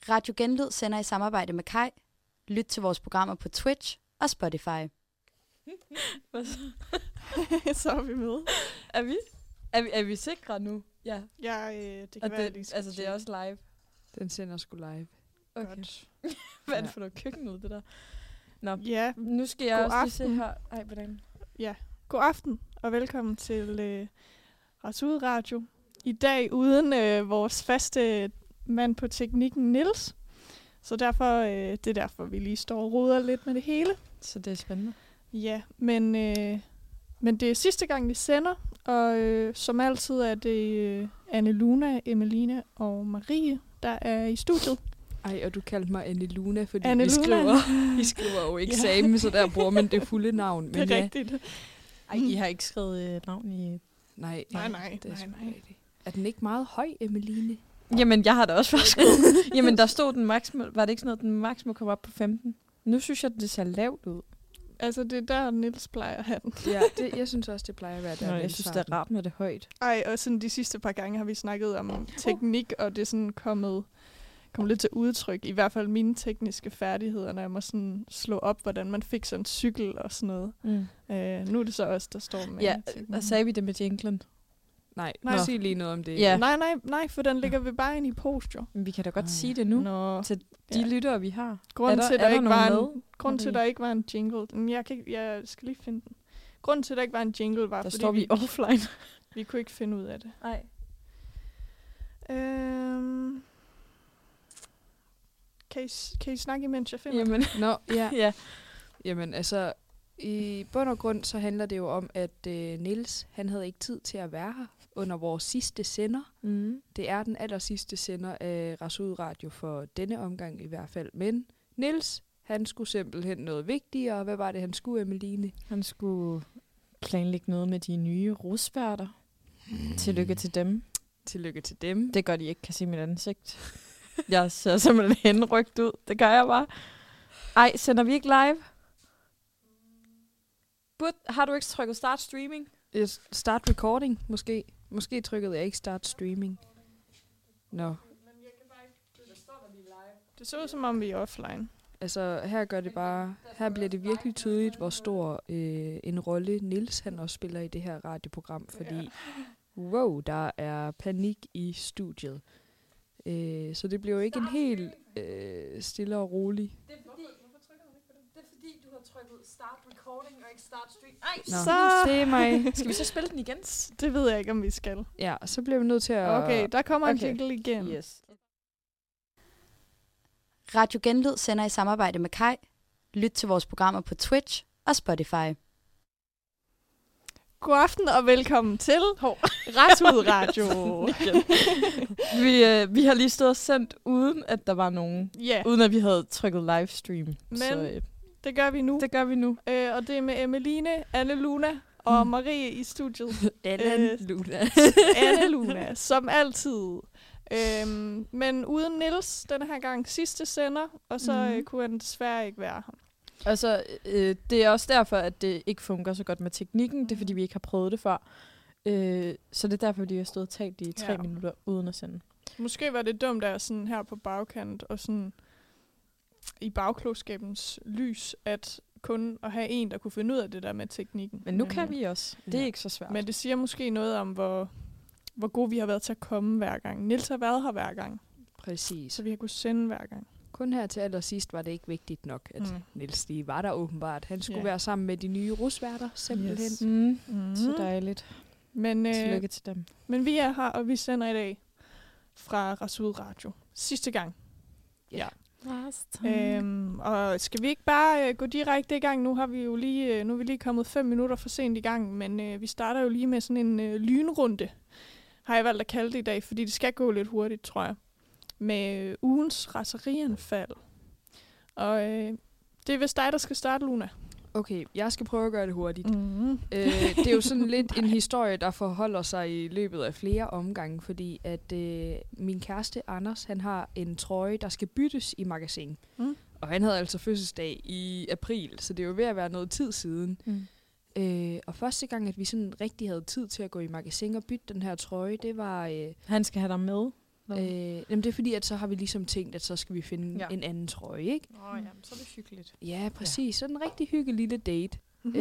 Radio Genlyd sender i samarbejde med Kai. Lyt til vores programmer på Twitch og Spotify. Så er vi med. Er vi sikre nu? Ja. Ja, det kan være, det, altså, det er også live. Den sender sgu live. Okay. Hvad er det for noget køkkenlyd, det der? Nå, ja. Nu skal jeg God også lige se aften. her. Ej, hvordan? Ja, god aften og velkommen til Rasud Radio. I dag uden vores faste mand på teknikken, Niels. Så derfor, det er derfor, vi lige står og roder lidt med det hele. Så det er spændende. Ja, men det er sidste gang, vi sender. Og som altid er det Anne Luna, Emeline og Marie, der er i studiet. Ej, og du kaldte mig Anne Luna, fordi Anne vi skriver jo eksamen, så der bruger man det fulde navn. Men det er rigtigt. Ej, I har ikke skrevet navn i... Nej. Det er nej. Er den ikke meget høj, Emeline? Jamen, jeg har da også faktisk Jamen, der stod den maksimum... Var det ikke sådan noget, den maksimum kom op på 15? Nu synes jeg, det ser lavt ud. Altså, det er der, Niels plejer at have den. Ja, jeg synes også, det plejer at være der. Nå, jeg synes, det er rart med det højt. Ej, og sådan de sidste par gange har vi snakket om teknik, og det er sådan kommet lidt til udtryk. I hvert fald mine tekniske færdigheder, når jeg må sådan slå op, hvordan man fik sådan en cykel og sådan noget. Nu er det så også der står med teknik. Og sagde vi det med jinglen? Nej, sig lige noget om det. Ja. Nej, for den ligger vi bare ind i post, jo. Men vi kan da godt sige det nu. Nå. Til de lyttere, vi har. Grunden til, at der ikke var en jingle... Jeg skal lige finde den. Grunden til, at der ikke var en jingle, var, der fordi står vi offline. Vi kunne ikke finde ud af det. Nej. Kan I snakke, imens jeg finder Jamen. Nå, ja. Ja. Jamen, altså, i bund og grund, så handler det jo om, at Niels, han havde ikke tid til at være her under vores sidste sender. Mm. Det er den aller sidste sender af Rasud Radio for denne omgang i hvert fald. Men Niels, han skulle simpelthen noget vigtigere. Hvad var det, han skulle, Emeline? Han skulle planlægge noget med de nye rusværter. Tillykke til dem. Tillykke til dem. Det gør de ikke kan se mit ansigt. Jeg ser simpelthen henrygt ud. Det gør jeg bare. Ej, sender vi ikke live? Har du ikke trykket start streaming? Start recording, måske. Måske trykkede jeg ikke start streaming. Nå. Det så ud, som om vi er offline. Altså, her bliver det virkelig tydeligt, hvor stor en rolle Niels han også spiller i det her radioprogram, fordi wow, der er panik i studiet. Så det bliver jo ikke en helt stille og rolig. Det er fordi, du har trykket start recording og ikke start stream. Ej, så det er mig. Skal vi så spille den igen? Det ved jeg ikke, om vi skal. Ja, så bliver vi nødt til at... Okay, der kommer en jingle igen. Yes. Radio Genlyd sender i samarbejde med Kai. Lyt til vores programmer på Twitch og Spotify. God aften og velkommen til Rasud Radio. Vi har lige stået og sendt, uden at der var nogen. Yeah. Uden at vi havde trykket livestream. Men så, det gør vi nu. Og det er med Emeline, Anne Luna og Marie i studiet. Anne Luna. Anne Luna, som altid. Men uden Niels denne her gang sidste sender, og så kunne han desværre ikke være her. Altså, det er også derfor, at det ikke fungerer så godt med teknikken. Det er, fordi vi ikke har prøvet det før. Så det er derfor, vi har stået og talt i 3 minutter uden at sende. Måske var det dumt, at sådan her på bagkant og sådan i bagklogskabens lys, at kun at have en, der kunne finde ud af det der med teknikken. Men nu kan vi også. Det er ikke så svært. Men det siger måske noget om, hvor gode vi har været til at komme hver gang. Niels har været her hver gang. Præcis. Så vi har kunnet sende hver gang. Kun her til allersidst var det ikke vigtigt nok, at Niels lige var der åbenbart. Han skulle være sammen med de nye rusværter, simpelthen. Yes. Så dejligt. Men, tillykke til dem. Men vi er her, og vi sender i dag fra Rasud Radio. Sidste gang. Ja. Og skal vi ikke bare gå direkte i gang? Nu er vi lige kommet 5 minutter for sent i gang, men vi starter jo lige med sådan en lynrunde, har jeg valgt at kalde det i dag, fordi det skal gå lidt hurtigt, tror jeg. Med ugens raserianfald. Og det er vist dig, der skal starte, Luna. Okay, jeg skal prøve at gøre det hurtigt. Det er jo sådan lidt en historie, der forholder sig i løbet af flere omgange, fordi at min kæreste Anders, han har en trøje, der skal byttes i magasin. Og han havde altså fødselsdag i april, så det er jo ved at være noget tid siden. Og første gang, at vi sådan rigtig havde tid til at gå i magasin og bytte den her trøje, det var... Han skal have dig med? Jamen det er fordi, at så har vi ligesom tænkt, at så skal vi finde en anden trøje, ikke? Så er det hyggeligt. Ja, præcis. Så en rigtig hyggelig lille date.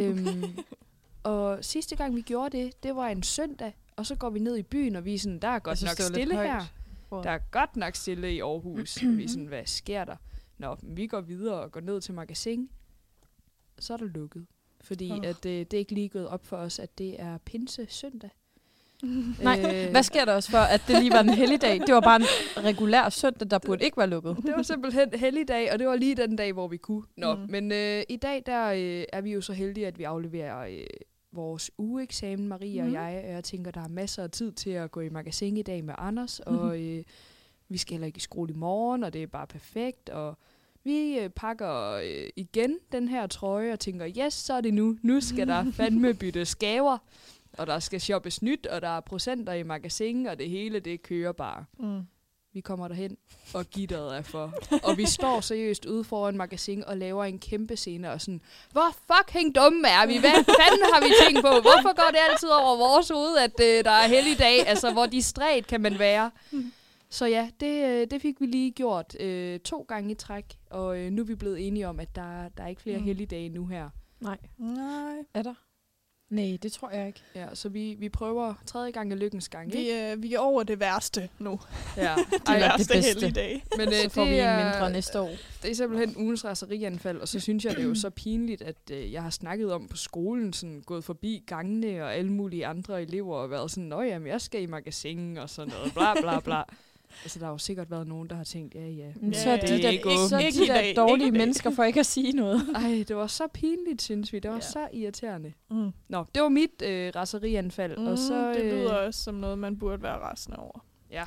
Og sidste gang vi gjorde det var en søndag, og så går vi ned i byen, og vi er sådan, der er godt nok stille her. Der er godt nok stille i Aarhus. Vi er sådan, hvad sker der? Nå, vi går videre og går ned til Magasin. Så er der lukket. Fordi at det er ikke lige gået op for os, at det er pinse søndag. Nej, hvad sker der også for, at det lige var en helligdag? Det var bare en regulær søndag, der burde ikke være lukket. Det var simpelthen helligdag, og det var lige den dag, hvor vi kunne. Men i dag der er vi jo så heldige, at vi afleverer vores ugeeksamen, Maria og jeg. Og jeg tænker, der er masser af tid til at gå i Magasin i dag med Anders, og vi skal heller ikke i skole i morgen, og det er bare perfekt, og vi pakker igen den her trøje og tænker, yes, så er det nu. Nu skal der fandme byttes gaver. Og der skal shoppes nyt, og der er procenter i Magasin, og det hele, det kører bare. Vi kommer derhen, og gitteret er for. Og vi står seriøst ude foran Magasin og laver en kæmpe scene, og sådan, hvor fucking dumme er vi? Hvad fanden har vi tænkt på? Hvorfor går det altid over vores hoved, at der er helligdag? Altså, hvor distræt kan man være? Så ja, det fik vi lige gjort 2 gange i træk, og nu er vi blevet enige om, at der er ikke flere helligdage nu her. Nej. Er der? Nej, det tror jeg ikke. Ja, så vi prøver 3. gang i lykkens gang. Vi er over det værste nu. Ja, det værste helligdag. Men så får vi en mindre næste år. Det er simpelthen ugens raserianfald, og så synes jeg, det er jo så pinligt, at jeg har snakket om på skolen, sådan gået forbi gangene og alle mulige andre elever, og været sådan, nå jamen, jeg skal i Magasin og sådan noget, bla bla bla. Altså, der har jo sikkert været nogen, der har tænkt, så de der dårlige mennesker for ikke at sige noget. Ej, det var så pinligt, synes vi. Det var så irriterende. Nå, det var mit raserianfald. Og så, det lyder også som noget, man burde være rasende over.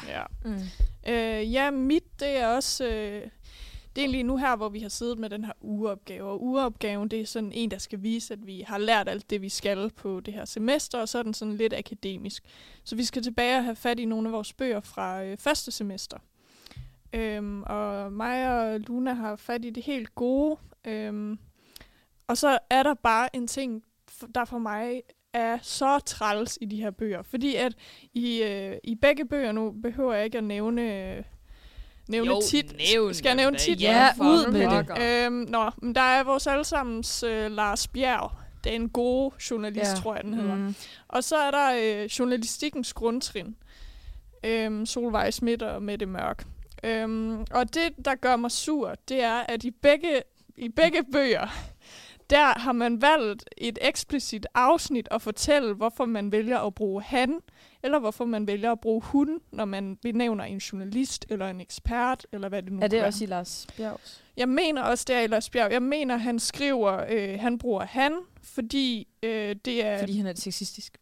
Ja, mit, det er også... det er egentlig nu her, hvor vi har siddet med den her ugeopgave. Og ugeopgaven, det er sådan en, der skal vise, at vi har lært alt det, vi skal på det her semester, og så er den sådan lidt akademisk. Så vi skal tilbage og have fat i nogle af vores bøger fra første semester. Og mig og Luna har fat i det helt gode. Og så er der bare en ting, der for mig er så træls i de her bøger. Fordi at i begge bøger, nu behøver jeg ikke at nævne titlen. Skal jeg nævne titlen? Ja, ud med det. Men der er vores allesammens Lars Bjerg. Det er en god journalist, tror jeg, den hedder. Og så er der journalistikkens grundtrin. Solvej Schmidt og Mette Mørk. Og det, der gør mig sur, det er, at i begge bøger, der har man valgt et eksplicit afsnit at fortælle, hvorfor man vælger at bruge han, eller hvorfor man vælger at bruge hun, når man benævner en journalist eller en ekspert, eller hvad det nu er. Det er. Også i Lars Bjergs? Jeg mener også, det er i Lars Bjerg. Jeg mener, han skriver, han bruger han, fordi det er... Fordi han er sexistisk.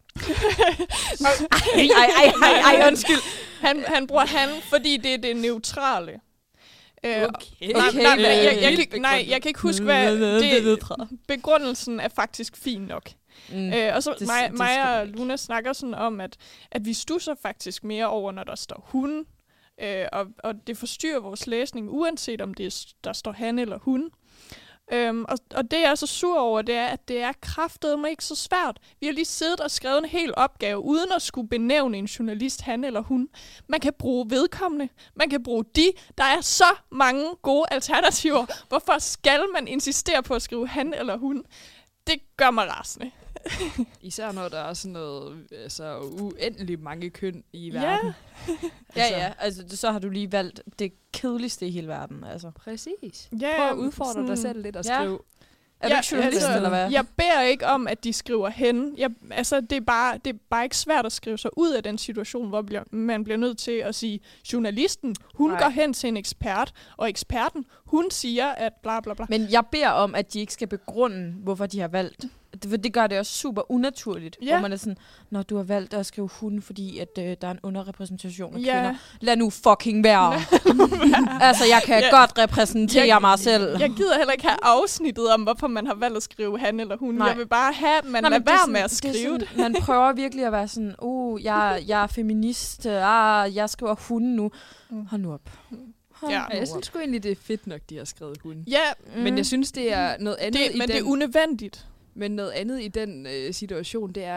Ej, undskyld. Han bruger han, fordi det er det neutrale. Okay. Jeg kan ikke huske, hvad begrundelsen er faktisk fin nok. Og så mig og Luna snakker sådan om, at vi stusser faktisk mere over, når der står hun, og det forstyrrer vores læsning, uanset om der står han eller hun. Og det jeg er så sur over, det er, at det er kraftedeme ikke så svært. Vi har lige siddet og skrevet en hel opgave, uden at skulle benævne en journalist, han eller hun. Man kan bruge vedkommende, man kan bruge de. Der er så mange gode alternativer. Hvorfor skal man insistere på at skrive han eller hun? Det gør mig rasende. Især når der er sådan noget, altså uendeligt mange køn i verden. Ja, altså så har du lige valgt det kedeligste i hele verden. Altså. Præcis. Ja, prøv at udfordre dig selv lidt og skrive. Er du ikke journalist, eller hvad? Jeg beder ikke om, at de skriver hen. Det er bare ikke svært at skrive sig ud af den situation, hvor man bliver nødt til at sige, journalisten, hun går hen til en ekspert, og eksperten, hun siger, at bla bla bla. Men jeg beder om, at de ikke skal begrunde, hvorfor de har valgt. Det gør det også super unaturligt, hvor man er sådan, når du har valgt at skrive hun, fordi at der er en underrepræsentation af kvinder. Lad nu fucking være. Altså, jeg kan godt repræsentere mig selv. Jeg gider heller ikke have afsnittet om, hvorfor man har valgt at skrive han eller hun. Nej. Jeg vil bare have, at man lader være med at skrive det. Man prøver virkelig at være sådan, jeg er feminist, jeg skriver hun nu. Hold nu op. Jeg synes sgu egentlig, det er fedt nok, de har skrevet hun. Ja. Men jeg synes, det er noget andet det er unødvendigt. Men noget andet i den situation, det er, at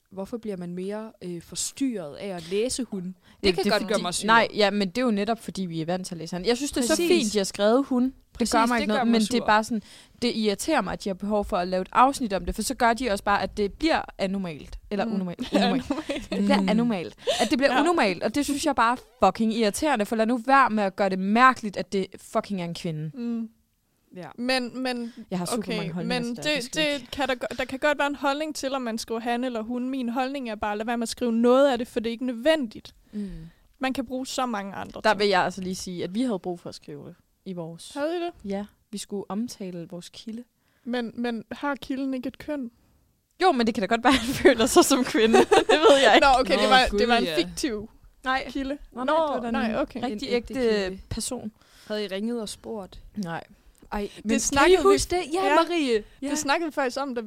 hvorfor bliver man mere forstyrret af at læse hun? Det kan godt gøre mig syg. Nej, ja, men det er jo netop, fordi vi er vant til at læse han. Jeg synes, det er Præcis. så fint, de har skrevet hun. Det gør mig ikke noget, men det er bare sådan, det irriterer mig, at de har behov for at lave et afsnit om det, for så gør de også bare, at det bliver anomalt. Eller unormalt. Det bliver anomalt. At det bliver unormalt, og det synes jeg bare er fucking irriterende, for lad nu være med at gøre det mærkeligt, at det fucking er en kvinde. Ja. Men jeg har super mange holdninger. Men det kan der kan godt være en holdning til, om man skriver han eller hun. Min holdning er bare, at lade være med at skrive noget af det, for det er ikke nødvendigt. Man kan bruge så mange andre ting. Der vil jeg altså lige sige, at vi havde brug for at skrive det i vores... Havde I det? Ja, vi skulle omtale vores kilde. Men har kilden ikke et køn? Jo, men det kan da godt være, at han føler sig som kvinde. Det ved jeg ikke. Nå, okay, det var en fiktiv kilde. Nej, okay. Rigtig ægte person. Havde I ringet og spurgt? Nej. Ej, men kan I huske det? Ja, Marie. Ja. Det snakkede vi faktisk om,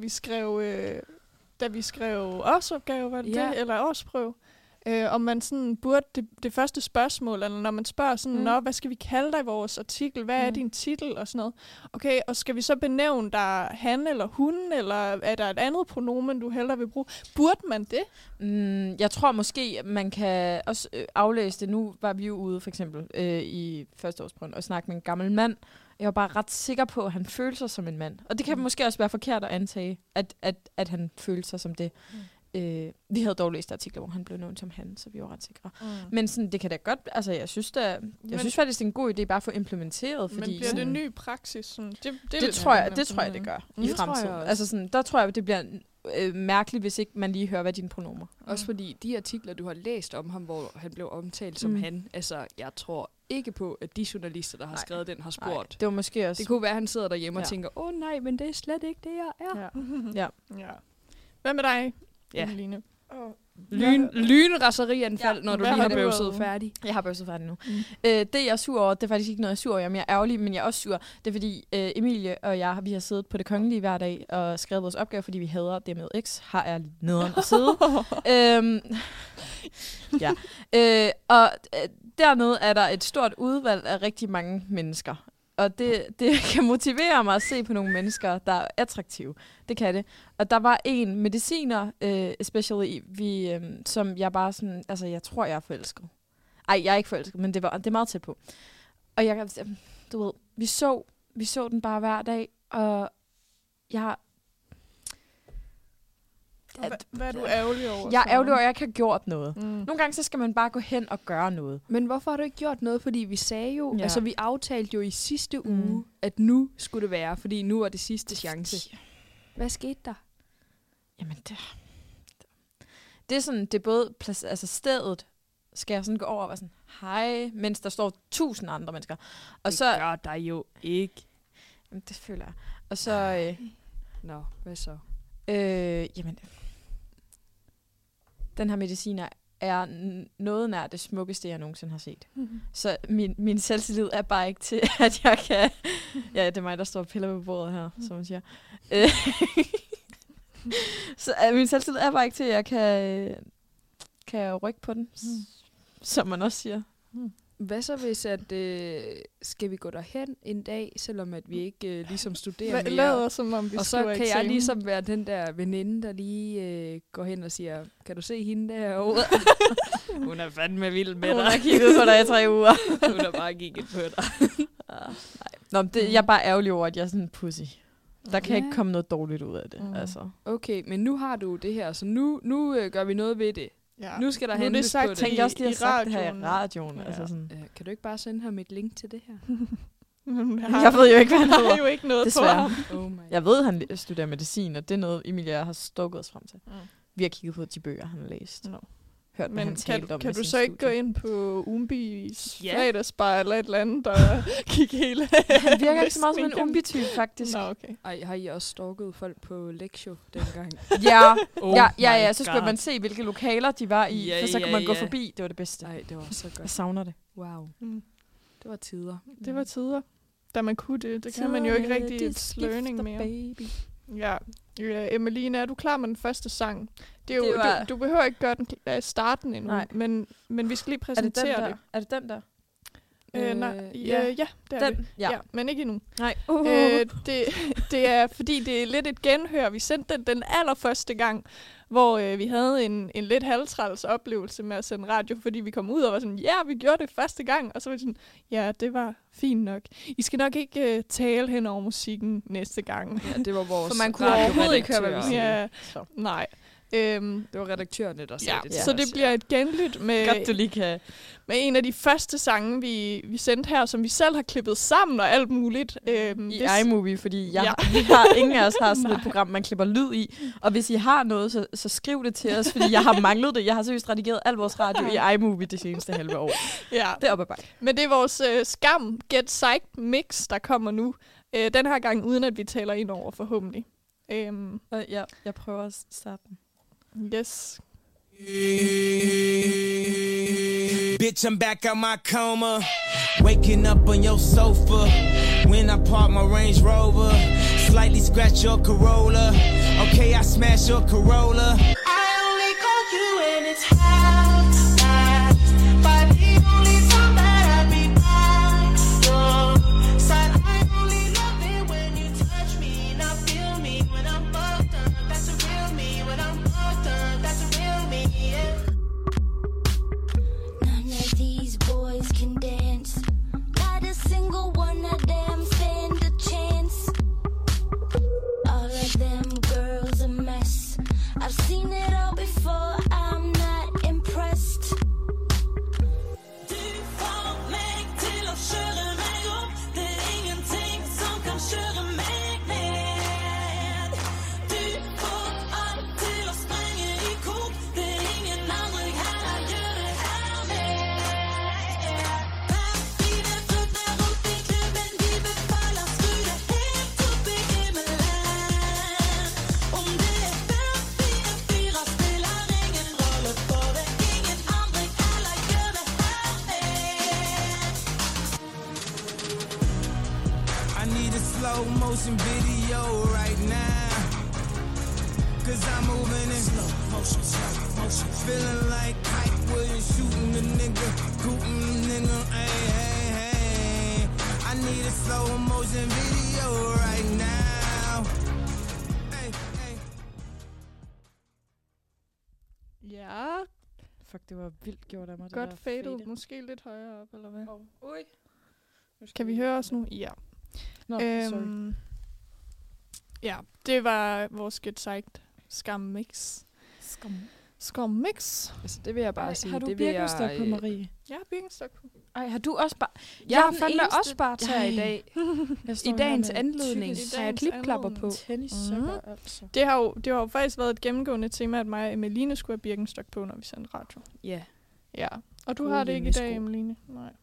da vi skrev årsopgave, var det det? Eller årsprøve. Om man sådan burde det første spørgsmål, eller når man spørger sådan, hvad skal vi kalde dig i vores artikel? Hvad er din titel? Og sådan noget. Okay, og skal vi så benævne dig han eller hun, eller er der et andet pronomen, du hellere vil bruge? Burde man det? Jeg tror måske, man kan også aflæse det. Nu var vi jo ude, for eksempel, i førsteårsprøven, og snakke med en gammel mand. Jeg var bare ret sikker på, at han følte sig som en mand. Og det kan måske også være forkert at antage, at han følte sig som det. Vi havde dog læst artikler, hvor han blev nævnt som han, så vi var ret sikre. Men sådan, det kan da godt... Altså, jeg synes faktisk, det er en god idé bare at få implementeret. Fordi, men bliver det en ny praksis? Sådan, det tror jeg, det gør i fremtiden. Altså, sådan, der tror jeg, det bliver mærkeligt, hvis ikke man lige hører, hvad dine pronomer. Også fordi de artikler, du har læst om ham, hvor han blev omtalt som han, altså, jeg tror ikke på, at de journalister, der har skrevet den, har spurgt. Det var måske også... Det kunne være, at han sidder derhjemme og tænker, nej, men det er slet ikke det, jeg er. Ja. Hvad med dig, Line? Lynraserianfald, når du lige har bøvset færdig. Jeg har bøvset færdig nu. Det, jeg er sur over, det er faktisk ikke noget, jeg er sur over. Jeg er mere ærgerlig, men jeg er også sur. Det er fordi Emilie og jeg, vi har siddet på Det Kongelige hver dag og skrevet vores opgave, fordi vi hader det med X. Har er nederen at sidde. Og dernede er der et stort udvalg af rigtig mange mennesker. Og det kan motivere mig at se på nogle mennesker, der er attraktive. Det kan det. Og der var en mediciner, especially, som jeg bare sådan... Altså, jeg tror, jeg er forelsket. Ej, jeg er ikke forelsket, men det er meget tæt på. Og jeg, du ved, vi så den bare hver dag, og jeg... Hvad er du ærgerlig over? Jeg er ærgerlig over, at jeg ikke har gjort noget. Nogle gange, så skal man bare gå hen og gøre noget. Men hvorfor har du ikke gjort noget? Fordi vi sagde jo, altså vi aftalte jo i sidste uge, at nu skulle det være, fordi nu er det sidste chance. Hvad skete der? Jamen, det er sådan, det er både altså stedet, skal jeg sådan gå over og være sådan, hej, mens der står 1000 andre mennesker. Og det så gør der jo ikke. Jamen, det føler jeg. Og så... Nå, hvad så? Jamen, den her mediciner er noget nær det smukkeste, jeg nogensinde har set. Så min selvtillid er bare ikke til, at jeg kan... Ja, det er mig, der står og piller på bordet her, som man siger. Så min selvtillid er bare ikke til, at jeg kan rykke på den, som man også siger. Hvad så hvis, at skal vi gå derhen en dag, selvom at vi ikke ligesom studerer mere? Lader som om vi og så kan jeg ligesom være den der veninde, der lige går hen og siger, kan du se hende derovre? Hun er fandme vild med dig. Hun har kigget på dig i 3 uger. Hun har bare kigget på dig. Nå, jeg er bare ærgerlig over, at jeg er sådan en pussy. Der kan ikke komme noget dårligt ud af det. Altså. Okay, men nu har du det her, så nu gør vi noget ved det. Ja. Nu skal der hentes på det. Tænk også lige at sagt det her i radioen. Ja. Altså sådan. Kan du ikke bare sende ham et link til det her? Jeg ved jo ikke, hvad han hedder. Der er jo ikke noget desværre. på ham. Jeg ved, han studerer medicin, og det er noget, Emilie og jeg har stukket os frem til. Vi har kigget på de bøger, han har læst. Hørt, men han kan du så ikke gå ind på Umbis fredagsbar eller et eller andet, der kigge hele... Han virker ikke så meget som en Umbi-type, faktisk. Nå, okay. Ej, har I også stalket folk på Lektio dengang? Ja, så skulle man se, hvilke lokaler de var i, for så kunne man gå forbi. Det var det bedste. Ej, det var så godt. Jeg savner det. Wow. Det var tider. Det var tider, da man kunne det. Det kan man jo ikke rigtig et learning mere. Baby. Ja, Emeline, er du klar med den første sang? Det er jo, du behøver ikke gøre den starten endnu, men vi skal lige præsentere det. Er det den der? Nej, ja, det er det. Ja, men ikke endnu. Nej. Det er, fordi det er lidt et genhør. Vi sendte den allerførste gang, hvor vi havde en lidt halvtræls oplevelse med at sende radio, fordi vi kom ud og var sådan, ja, vi gjorde det første gang, og så var vi sådan, ja, det var fint nok. I skal nok ikke tale hen over musikken næste gang. Ja, det var vores. For man kunne overhovedet ikke høre, hvad vi siger. Ja, nej. Det var redaktørerne, der sagde det. Så det bliver et genlyt med, godt, du lige kan. med en af de første sange, vi sendte her, som vi selv har klippet sammen og alt muligt. I iMovie, fordi vi har, ingen af os har sådan et program, man klipper lyd i. Og hvis I har noget, så skriv det til os, fordi jeg har manglet det. Jeg har seriøst redigeret al vores radio i iMovie det seneste halve år. Ja. Det er op ad bakke. Men det er vores Skam Get Psyched mix, der kommer nu. Den her gang uden at vi taler ind over forhåbentlig. Jeg prøver at starte den. Yes. Bitch, I'm back out my coma. Waking up on your sofa. When I park my Range Rover. Slightly scratch your Corolla. Okay, I smash your Corolla. I only call you when it's hot. But the only time that I be by your side. I only love it when you touch me. Now feel me when I'm fucked up. That's a real me when I'm fucked up. That's a real me, yeah. None of these boys can dance. Not a single one of them stand a chance. All of them girls a mess. I've seen it all before, I'm not impressed. Du får mig til at køre mig op. Det er ingenting, som kan køre mig ned. Du får alt til at springe i kop. Det er ingen andre her, der gør det her med. Papine flytter rundt i klubben, de befaler skryde helt op i himmelen. Om det er 5-4-4, spiller ingen rolle, for det er ingen andre her, der gør det her med. I need a slow motion video right now. Cause I'm moving in slow motion. Feeling like Hype Williams shooting the nigga, cooting the nigga, hey. I need a slow motion video right now. Hey. Ja, Fuck, det var vildt gjort af mig. det godt der fadet. Måske lidt højere op, eller hvad? Ui. Kan vi høre os nu? Ja. Nå, sorry. Ja, det var vores Get Psyched Skam Mix. Skam Mix. Altså, det vil jeg bare sige. Har du det vil Birkenstock på, Marie? Ja, Birkenstock på. Ej, har du også bare... Jeg har fandme også bare taget i dag. I dagens med anledning tykke- har jeg klipklapper på. Tennissokker, altså. Det har jo faktisk været et gennemgående tema, at mig og Emeline skulle have Birkenstock på, når vi sendte radio. Ja. Ja, og du Gode har det ikke i dag, hjemmesko. Emeline? Nej.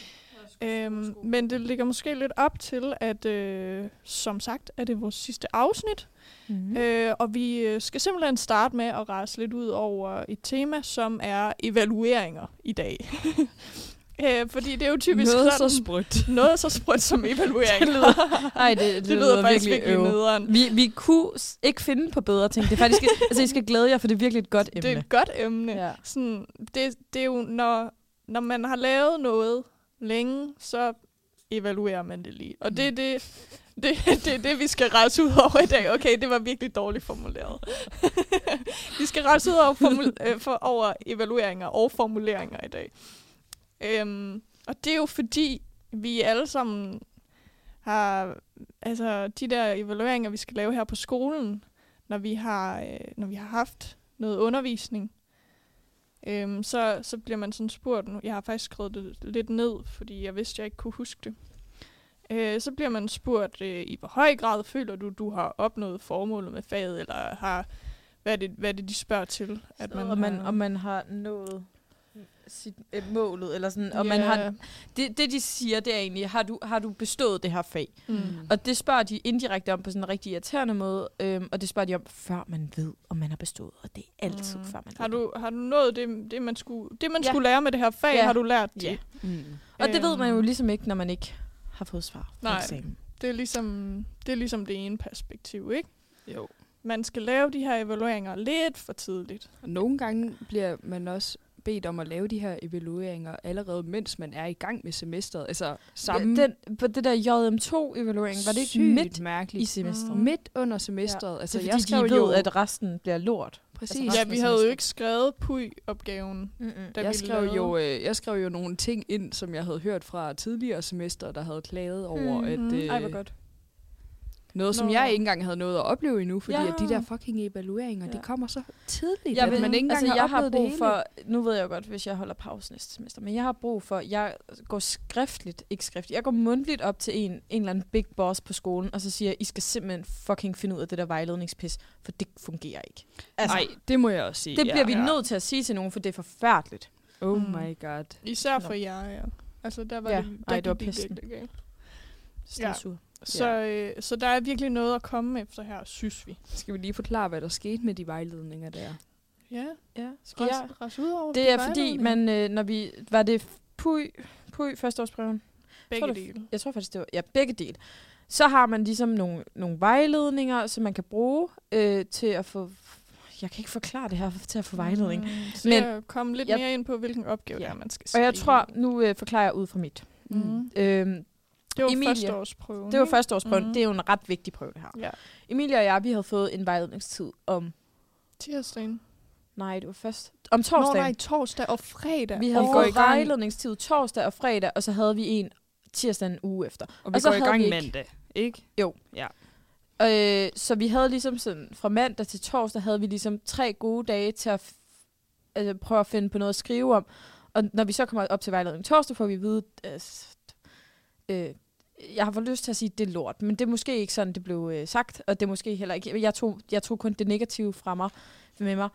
Men det ligger måske lidt op til, at som sagt, er det vores sidste afsnit. Mm-hmm. Og vi skal simpelthen starte med at rase lidt ud over et tema, som er evalueringer i dag. Fordi det er jo typisk Noget sådan, så sprødt. noget så sprødt som evalueringer. Ej, det lyder faktisk virkelig virkelig nederen. Vi kunne ikke finde på bedre ting. Det er faktisk... altså, I skal glæde jer, for det er virkelig et godt emne. Det er et godt emne. Ja. Sådan, det er jo, når man har lavet noget længe, så evaluerer man det lige. Og det er det, vi skal rejse ud over i dag. Okay, det var virkelig dårligt formuleret. Vi skal rejse ud over, over evalueringer og formuleringer i dag. Og det er jo fordi, vi alle sammen har... Altså, de der evalueringer, vi skal lave her på skolen, når vi har haft noget undervisning, så bliver man sådan spurgt, jeg har faktisk skrevet det lidt ned, fordi jeg vidste, jeg ikke kunne huske det. Så bliver man spurgt, i hvor høj grad føler du har opnået formålet med faget, eller har, hvad er det de spørger til? At Om man har nået målet, eller sådan, og man har... Det, de siger, det er egentlig, har du bestået det her fag? Mm. Og det spørger de indirekte om på sådan en rigtig irriterende måde, og det spørger de om, før man ved, om man har bestået, og det er altid, før man ved. Har du nået det man skulle lære med det her fag, har du lært det? Ja. Og det ved man jo ligesom ikke, når man ikke har fået svar på Nej. eksamen. Det er ligesom det ene perspektiv, ikke? Jo. Man skal lave de her evalueringer lidt for tidligt. Og nogle gange bliver man også bedt om at lave de her evalueringer allerede, mens man er i gang med semesteret. Altså sammen. På det der JM2-evaluering, var det ikke sygt midt mærkeligt. i semesteret? Midt under semesteret. Ja. Altså, Det er jeg fordi, skrev de jo, ved, at resten bliver lort. Præcis. Altså, Ja, resten vi af havde jo semesteret. ikke skrevet PUI-opgaven, da Jeg skrev jo nogle ting ind, som jeg havde hørt fra tidligere semester, der havde klaget over, at Ej, hvor godt. noget, som Nå. jeg ikke engang havde nået at opleve endnu, fordi Ja. at de der fucking evalueringer, de kommer så tidligt, Jeg at man ikke engang jeg har har oplevet det brug hele. for, nu ved jeg jo godt, hvis jeg holder pause næste semester, men jeg har brug for, jeg går ikke skriftligt, jeg går mundtligt op til en eller anden big boss på skolen, og så siger jeg, I skal simpelthen fucking finde ud af det der vejledningspis, for det fungerer ikke. Altså, Nej, det må jeg også sige. det bliver vi ja. nødt til at sige til nogen, for det er forfærdeligt. Oh Mm. my god. Især for jer, ja. Altså, der var Ja. det, der Ej, det var gik pesten. virkelig galt. Ja. Så der er virkelig noget at komme efter her, synes vi. Skal vi lige forklare, hvad der skete med de vejledninger der? Ja, Ja, skal jeg? ras ud over Det er fordi, man, når vi, var det PUI førsteårsprøven? Begge dele. Jeg tror faktisk, det var begge dele. Så har man ligesom nogle vejledninger, som man kan bruge til at få... Jeg kan ikke forklare det her, til at få vejledning. Så Men jeg kom lidt mere ind på, hvilken opgave der man skal Og skrive. jeg tror, nu forklarer jeg ud fra mit. Det var Emilie, førsteårsprøven. Det var førsteårsprøven. Mhm. Det er jo en ret vigtig prøve, det her. Ja. Emilie og jeg, vi havde fået en vejledningstid om... Tirsdagen. Nej, det var først... Om torsdagen. Nej, torsdag og fredag. Vi havde går fået i gang. vejledningstid torsdag og fredag, og så havde vi en tirsdag en uge efter. Og vi så går i havde gang vi ikke- mandag, ikke? Jo. Ja. Så vi havde ligesom sådan, fra mandag til torsdag, havde vi ligesom 3 gode dage til at prøve at finde på noget at skrive om. Og når vi så kommer op til vejledning torsdag, får vi at vide, jeg har fået lyst til at sige, at det er lort, men det er måske ikke sådan, det blev sagt, og det er måske heller ikke, jeg tog kun det negative fra mig, med mig.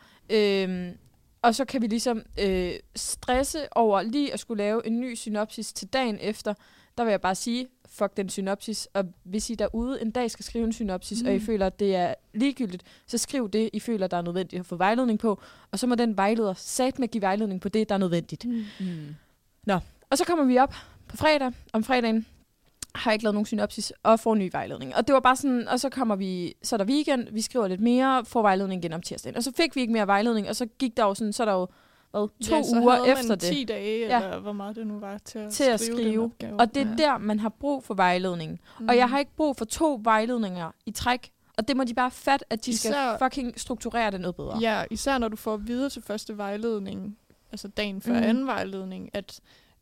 Og så kan vi ligesom stresse over lige at skulle lave en ny synopsis til dagen efter. Der vil jeg bare sige, fuck den synopsis, og hvis I derude en dag skal skrive en synopsis, og I føler, at det er ligegyldigt, så skriv det, I føler, der er nødvendigt at få vejledning på, og så må den vejleder satme give vejledning på det, der er nødvendigt. Nå, og så kommer vi op på fredag, om fredagen, har jeg ikke lavet nogen synopsis, og får en ny vejledning. Og det var bare sådan, og så kommer vi, så er der weekend, vi skriver lidt mere, får vejledning igen om tirsdagen. Og så fik vi ikke mere vejledning, og så gik der jo sådan, så er der jo 2 uger efter det. 10 dage, eller hvor meget det nu var, til at skrive den opgave. Og det er der, man har brug for vejledning. Og jeg har ikke brug for 2 vejledninger i træk. Og det må de bare fatte, at de skal fucking strukturere det noget bedre. Ja, især når du får videre til første vejledning, altså dagen før anden vejledning, at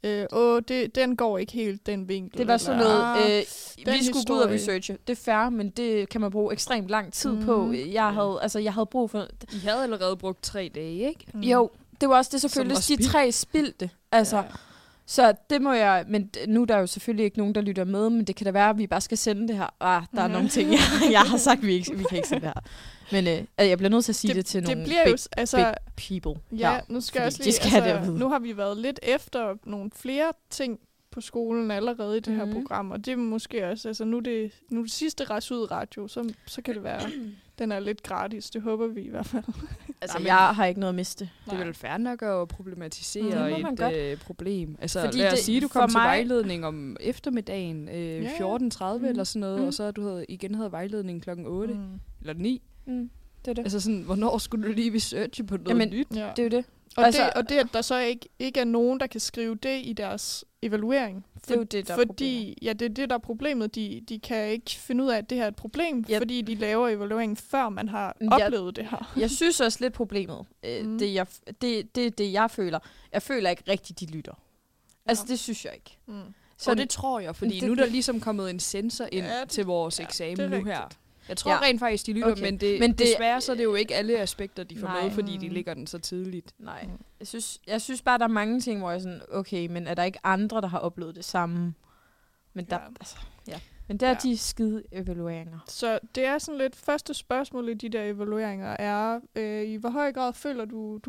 den går ikke helt den vinkel. Det var sådan noget, vi skulle gå ud og historie. researche. Det er fair, men det kan man bruge ekstremt lang tid på. Jeg havde brug for... I havde allerede brugt 3 dage, ikke? Jo, det var også det selvfølgelig, Som var de 3 spildte. Altså, Ja. så det må jeg... Men nu er der jo selvfølgelig ikke nogen, der lytter med, men det kan da være, at vi bare skal sende det her. Der er nogle ting, jeg har sagt, vi kan ikke sende det her. Men jeg bliver nødt til at sige det til nogle bliver big, jo, altså, big people. Ja, nu skal jeg også de lige, skal have det at altså, vide. nu har vi været lidt efter nogle flere ting på skolen allerede i det her program, og det er måske også, altså nu er det sidste Ras ud radio, så kan det være, den er lidt gratis, det håber vi i hvert fald. Altså, jeg har ikke noget at miste. Det er vel fair nok at problematisere Det må man et problem. Altså, Fordi lad os det- sige, du for kom til mig- vejledning om eftermiddagen 14.30 eller sådan noget, og så du igen havde vejledning klokken 8 eller 9. Det er det. Altså sådan, hvornår skulle du lige researche på noget nyt? Ja. Det er jo det. Og det, at der så ikke er nogen, der kan skrive det i deres evaluering. Det er jo det, der er fordi, ja, det er det, der er problemet. De kan ikke finde ud af, at det her er et problem, fordi de laver evalueringen, før man har oplevet det her. Jeg synes også lidt problemet. Det er det, jeg føler. Jeg føler ikke rigtigt, de lytter. Altså, det synes jeg ikke. Så det tror jeg, fordi nu er der ligesom kommet en sensor ind til vores eksamen nu her. Jeg tror rent faktisk, de lytter, men desværre så er det jo ikke alle aspekter, de får med, fordi de ligger den så tidligt. Nej. Jeg synes bare, der er mange ting, hvor jeg er sådan, okay, men er der ikke andre, der har oplevet det samme? Men der, Men der er de skide evalueringer. Så det er sådan lidt, første spørgsmål i de der evalueringer er, i hvor høj grad føler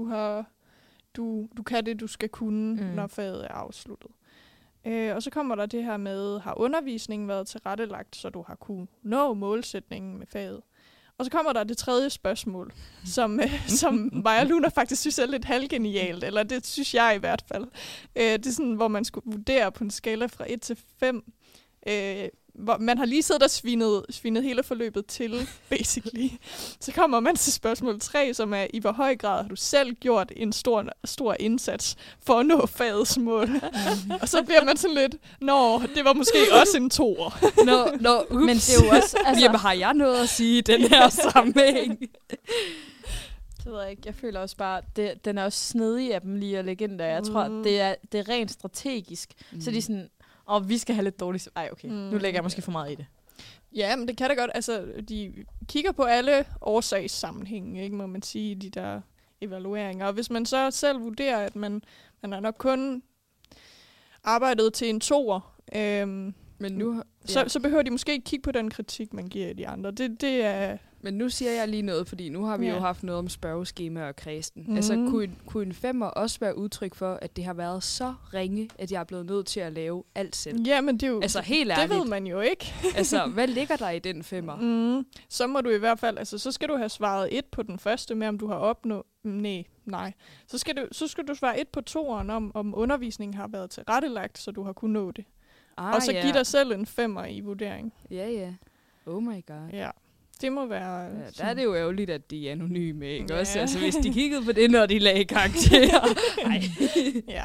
du kan det, du skal kunne, når faget er afsluttet. Og så kommer der det her med, har undervisningen været tilrettelagt, så du har kunne nå målsætningen med faget? Og så kommer der det tredje spørgsmål, som Maja Luna faktisk synes er lidt halvgenialt, eller det synes jeg i hvert fald. Det er sådan, hvor man skulle vurdere på en skala fra 1 til 5, hvor man har lige siddet og svinet hele forløbet til, basically. Så kommer man til spørgsmål 3, som er, i hvor høj grad har du selv gjort en stor indsats for at nå fagets mål? Og så bliver man sådan lidt, det var måske også en 2'er. Men det er jo også... Altså, jamen, har jeg noget at sige i den her sammenhæng? Det ved jeg ikke. Jeg føler også bare, den er også snedig af dem lige at lægge ind der. Jeg tror, det er rent strategisk. Så de er sådan, vi skal have lidt dårligt. Ej, okay. Nu lægger jeg måske for meget i det. Ja, men det kan da godt. Altså, de kigger på alle årsagssammenhænge, ikke, må man sige, de der evalueringer. Og hvis man så selv vurderer, at man har nok kun arbejdet til en 2'er, men nu, så behøver de måske ikke kigge på den kritik, man giver de andre. Det er... Men nu siger jeg lige noget, fordi nu har vi jo haft noget om spørgeskema og kredsen. Altså, kunne en 5'er også være udtryk for, at det har været så ringe, at jeg er blevet nødt til at lave alt selv? Ja, men det er jo... Altså, helt ærligt. Det ved man jo ikke. Altså, hvad ligger der i den 5'er? Så må du i hvert fald... Altså, så skal du have svaret 1 på den første med, om du har opnået... Nej. Så skal du svare 1 på 2'eren om undervisningen har været tilrettelagt, så du har kunnet nå det. Og så giv dig selv en 5'er i vurdering. Ja. Oh my god. Ja. Det må være... Ja, der er det jo ærgerligt, at de er anonyme, ikke? Også, altså, hvis de kiggede på det, når de lagde karakterer. Ja.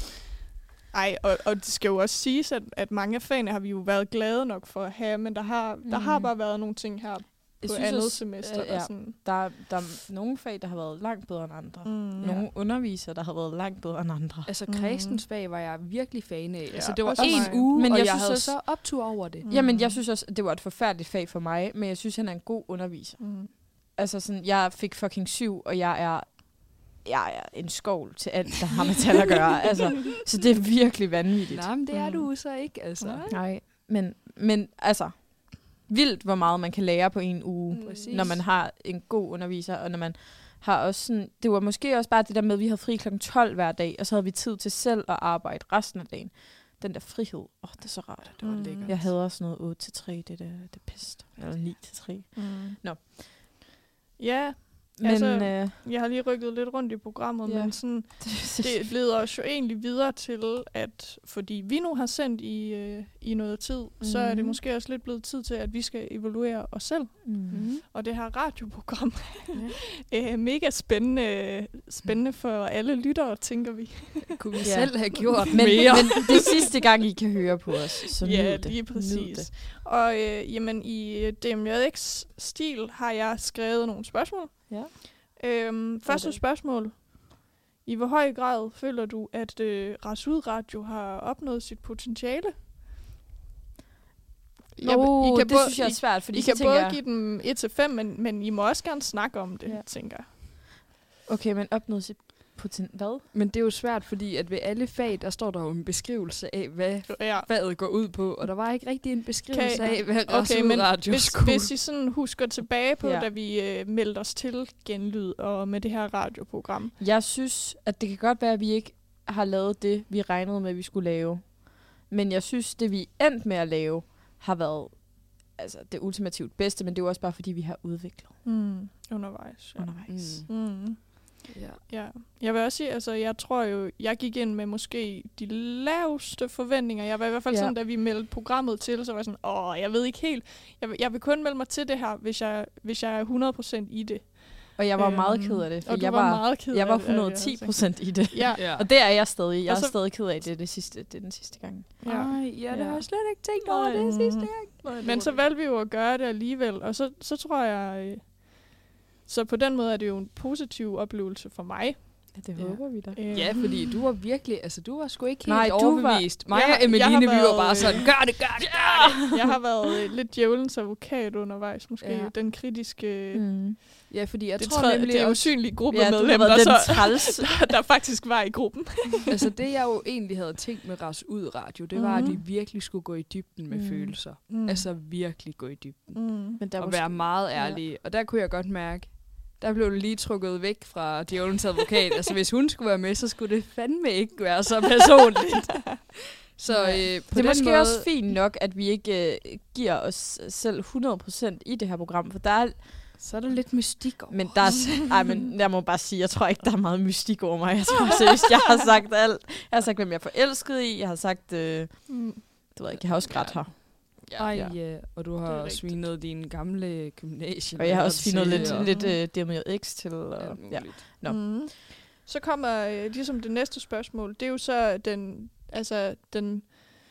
Ej, og det skal jo også siges, at mange af fagene har vi jo været glade nok for at have, men der har bare været nogle ting her på andet semester. Sådan. Der er nogle fag, der har været langt bedre end andre. Nogle undervisere, der har været langt bedre end andre. Altså, kredsens fag var jeg virkelig fan af. Ja, altså, det var også en mig. uge, Men og jeg jeg synes havde også, så optur over det. Jamen, jeg synes også, det var et forfærdeligt fag for mig, men jeg synes, han er en god underviser. Altså, sådan, jeg fik fucking 7, og jeg er en skovl til alt, der har med tal at gøre. Altså, så det er virkelig vanvittigt. Nej, men det er du så ikke, altså. Nej, men altså... vildt, hvor meget man kan lære på en uge, når man har en god underviser, og når man har også sådan... Det var måske også bare det der med, at vi havde fri kl. 12 hver dag, og så havde vi tid til selv at arbejde resten af dagen. Den der frihed, det er så rart. Det var lækkert. Jeg havde også noget 8-3, det er pest. Eller 9-3. Nå. Ja, men altså, jeg har lige rykket lidt rundt i programmet, men sådan, det leder os jo egentlig videre til, at fordi vi nu har sendt i noget tid, så er det måske også lidt blevet tid til, at vi skal evaluere os selv. Og det her radioprogram mega spændende for alle lyttere, tænker vi. Kunne vi selv have gjort mere. Men det er sidste gang, I kan høre på os, så ja, lige præcis. Og jamen, i DMJX-stil har jeg skrevet nogle spørgsmål. Ja. Første spørgsmål. I hvor høj grad føler du, at Rasud Radio har opnået sit potentiale? Det synes jeg er svært, fordi I kan både give dem 1-5, men I må også gerne snakke om det, tænker jeg. Okay, men opnået sit potentiale. Hvad? Men det er jo svært, fordi at ved alle fag, der står der jo en beskrivelse af, hvad faget går ud på, og der var ikke rigtig en beskrivelse af, hvad Rasud Radio skulle. Hvis I sådan husker tilbage på, da vi meldte os til Genlyd og med det her radioprogram. Jeg synes, at det kan godt være, at vi ikke har lavet det, vi regnede med, at vi skulle lave. Men jeg synes, det vi endte med at lave, har været det ultimativt bedste, men det er jo også bare, fordi vi har udviklet. Undervejs. Ja. Jeg vil også sige, altså jeg tror jo, jeg gik ind med måske de laveste forventninger. Jeg var i hvert fald sådan, da vi meldte programmet til, så var jeg sådan, jeg ved ikke helt. Jeg vil kun melde mig til det her, hvis jeg er 100% i det. Og jeg var meget ked af det, for jeg var 110% i det. Ja. Og det er jeg stadig. Jeg er stadig ked af det, det er den sidste gang. Det har jeg slet ikke tænkt over det sidste gang. Men så valgte vi jo at gøre det alligevel, og så tror jeg... Så på den måde er det jo en positiv oplevelse for mig. Ja, det håber vi da. Ja, fordi du var virkelig, du var sgu ikke helt overbevist. Mig og Emeline, vi var bare sådan, gør det. Jeg har været lidt djævelens advokat undervejs, måske den kritiske... Ja, fordi jeg tror nemlig... Det er usynlige gruppemedlem, der faktisk var i gruppen. Altså det, jeg jo egentlig havde tænkt med Rasud Radio, det var, at vi virkelig skulle gå i dybden med følelser. Altså virkelig gå i dybden. Men der og være meget ærlige. Og der kunne jeg godt mærke, der blev det lige trukket væk fra djævelens advokat. Altså hvis hun skulle være med, så skulle det fandme ikke være så personligt. Så det er måske også fint nok, at vi ikke giver os selv 100% i det her program, for der er... Så er der lidt mystik over. Men men jeg må bare sige, jeg tror ikke, der er meget mystik over mig. Jeg tror seriøst, jeg har sagt alt. Jeg har sagt, hvem jeg er forelsket i. Jeg har sagt, det ved jeg ikke, jeg har også grædt her. Og du har svinet dine gamle gymnasier. Og jeg har også svinet lidt DMJX til. Og, Så kommer ligesom det næste spørgsmål. Det er jo så den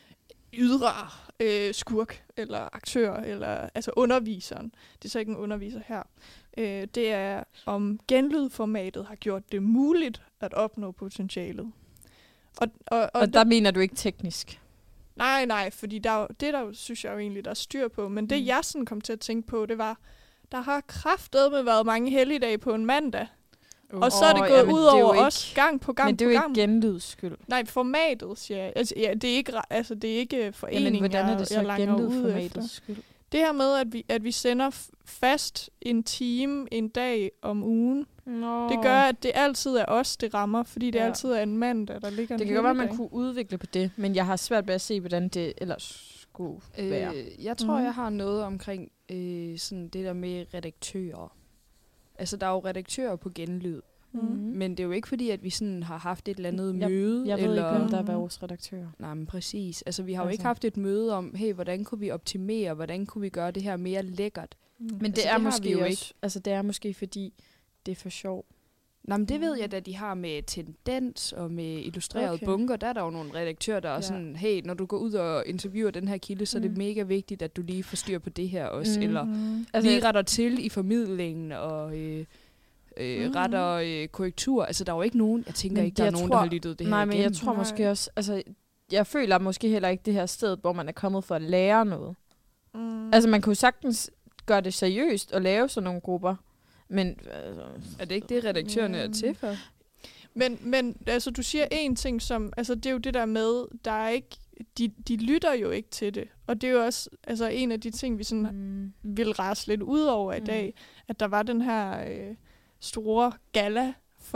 ydre skurk, eller aktør, eller altså underviseren. Det er så ikke en underviser her. Det er, om genlydformatet har gjort det muligt at opnå potentialet. Og der mener du ikke teknisk? Nej, fordi der synes jeg jo egentlig, der er styr på. Men det, jeg sådan kom til at tænke på, det var, der har kraftedeme været mange helligdage på en mandag. Og så er det gået ud over os gang på gang. Men det er jo ikke genlyds skyld. Nej, formatet, siger jeg. Altså, ja, det er ikke foreningen, men hvordan er det så genlydformatets skyld? Det her med, at vi sender fast en time, en dag om ugen, det gør, at det altid er os, det rammer, fordi det altid er en mandag, der ligger en Det kan godt være, at man kunne udvikle på det, men jeg har svært ved at se, hvordan det ellers skulle være. Jeg tror, jeg har noget omkring sådan det der med redaktører. Altså, der er jo redaktører på genlyd. Men det er jo ikke fordi, at vi sådan har haft et eller andet møde. Jeg ved ikke, hvem der er vores redaktører. Nej, men præcis. Altså, vi har jo ikke haft et møde om, hey, hvordan kunne vi optimere, hvordan kunne vi gøre det her mere lækkert. Men det er måske jo ikke. Altså, det er måske fordi, det er for sjov. Nej, men det ved jeg, at de har med tendens og med illustreret bunker. Der er der jo nogle redaktører, der er sådan, hey, når du går ud og interviewer den her kilde, så er det mega vigtigt, at du lige får styr på det her også. Eller lige retter til i formidlingen og retter korrektur. Altså, der er jo ikke nogen, jeg tænker ikke, der er nogen, der har lyttet det her men jeg tror måske også, altså, jeg føler måske heller ikke det her sted, hvor man er kommet for at lære noget. Altså, man kunne sagtens gøre det seriøst og lave sådan nogle grupper. Men er det ikke det, redaktørerne er til for? Men altså, du siger en ting, som, altså, det er jo det der med, der er ikke, de lytter jo ikke til det. Og det er jo også altså, en af de ting, vi sådan vil rase lidt ud over i dag, at der var den her store gala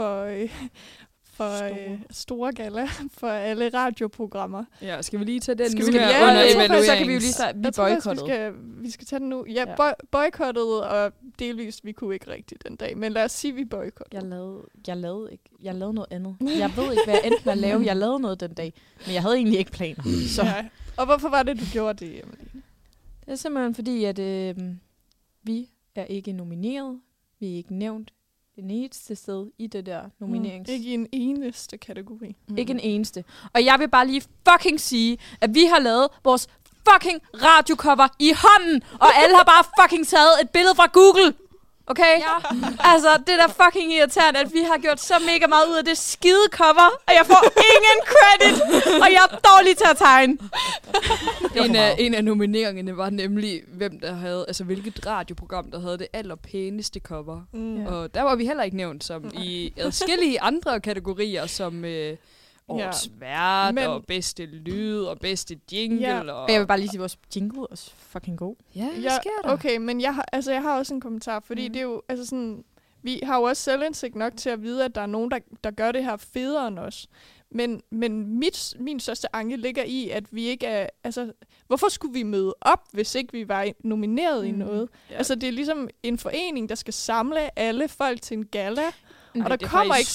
store gala for alle radioprogrammer. Ja, skal vi lige tage den nu under evaluering? Så kan vi jo lige sige, vi boykottede. Vi skal tage den nu. Ja, boykottede, og delvist, vi kunne ikke rigtigt den dag. Men lad os sige, vi boykottede. Jeg lavede noget andet. Jeg ved ikke, hvad jeg endte med at lave. Jeg lavede noget den dag, men jeg havde egentlig ikke planer. Så. Ja. Og hvorfor var det, du gjorde det, Emmeline? Det er simpelthen fordi, at vi er ikke nomineret. Vi er ikke nævnt en eneste sted i det der nominerings... Ikke i en eneste kategori. Ikke en eneste. Og jeg vil bare lige fucking sige, at vi har lavet vores fucking radiocover i hånden, og alle har bare fucking taget et billede fra Google. Okay? Ja. Altså, det er da fucking irriterende, at vi har gjort så mega meget ud af det skide cover, og jeg får ingen credit, og jeg er dårlig til at tegne. En af nomineringerne var nemlig, hvem der havde, altså hvilket radioprogram, der havde det allerpæneste cover. Og der var vi heller ikke nævnt som i adskillige andre kategorier, som... årets vært, og bedste lyd, og bedste jingle. Ja. Og jeg vil bare lige sige, at vores jingle er fucking god. Ja, hvad sker der? Okay, men jeg har også en kommentar, fordi det er jo, altså sådan, vi har jo også selvindsigt nok til at vide, at der er nogen, der gør det her federe end os. Men min største anke ligger i, at vi ikke er... Altså, hvorfor skulle vi møde op, hvis ikke vi var nomineret i noget? Ja. Altså, det er ligesom en forening, der skal samle alle folk til en gala. Og der kommer ikke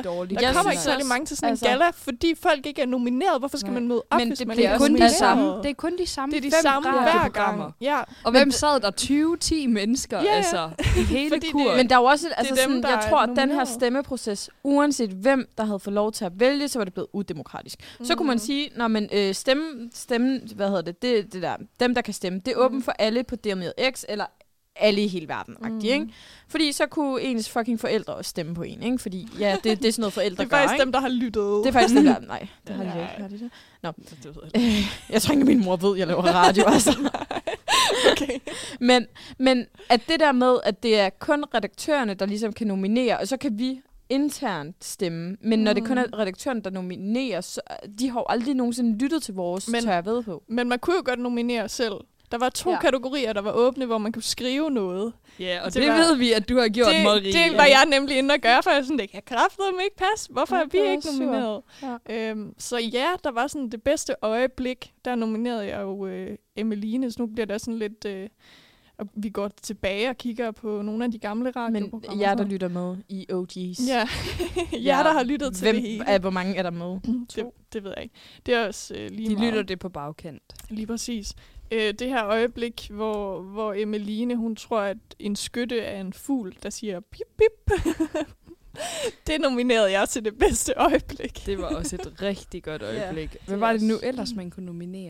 særlig mange til sådan en gala, fordi folk ikke er nomineret. Hvorfor skal man møde op, hvis man ikke er nomineret? Det er kun de samme. Det er de samme hver gang. Ja. Og hvem sad der? 20-10 mennesker, altså, i hele kuren. Men der er jo også, altså sådan, jeg tror, at den her stemmeproces, uanset hvem, der havde fået lov til at vælge, så var det blevet udemokratisk. Så kunne man sige, når man stemme, hvad hedder det der, dem der kan stemme, det er åbent for alle på DMX, eller alle i hele verden, ikke? Fordi så kunne ens fucking forældre også stemme på en, ikke? Fordi ja, det er sådan noget forældre gør, det er faktisk dem, der har lyttet. Det er faktisk dem, der... Nej, det har de ikke. Har de det? Nå. Jeg tror ikke, at min mor ved, at jeg laver radio, altså. Okay. Men at det der med, at det er kun redaktørerne, der ligesom kan nominere, og så kan vi internt stemme. Men når det kun er redaktøren, der nominerer, så de har jo aldrig nogensinde lyttet til vores, tør jeg ved på. Men man kunne jo godt nominere selv. Der var 2 kategorier, der var åbne, hvor man kunne skrive noget. Ja, og det ved vi, at du har gjort, Marie. Det var jeg nemlig inde og gøre, for jeg sådan, det kan kraftedeme ikke passe. Hvorfor er vi ikke nomineret? Ja. Så ja, der var sådan det bedste øjeblik. Der nominerede jeg jo Emmeline, så nu bliver der sådan lidt... vi går tilbage og kigger på nogle af de gamle radioprogrammer. Men jer, der lytter med i OG's. Ja, jer, der har lyttet til det hele. Hvor mange er der med? Det ved jeg ikke. Det er også lige de meget. Lytter det på bagkant. Lige præcis. Det her øjeblik, hvor Emmeline, hun tror, at en skytte er en fugl, der siger pip, pip. Det nominerede jeg til det bedste øjeblik. Det var også et rigtig godt øjeblik. Hvad var det nu ellers, man kunne nominere?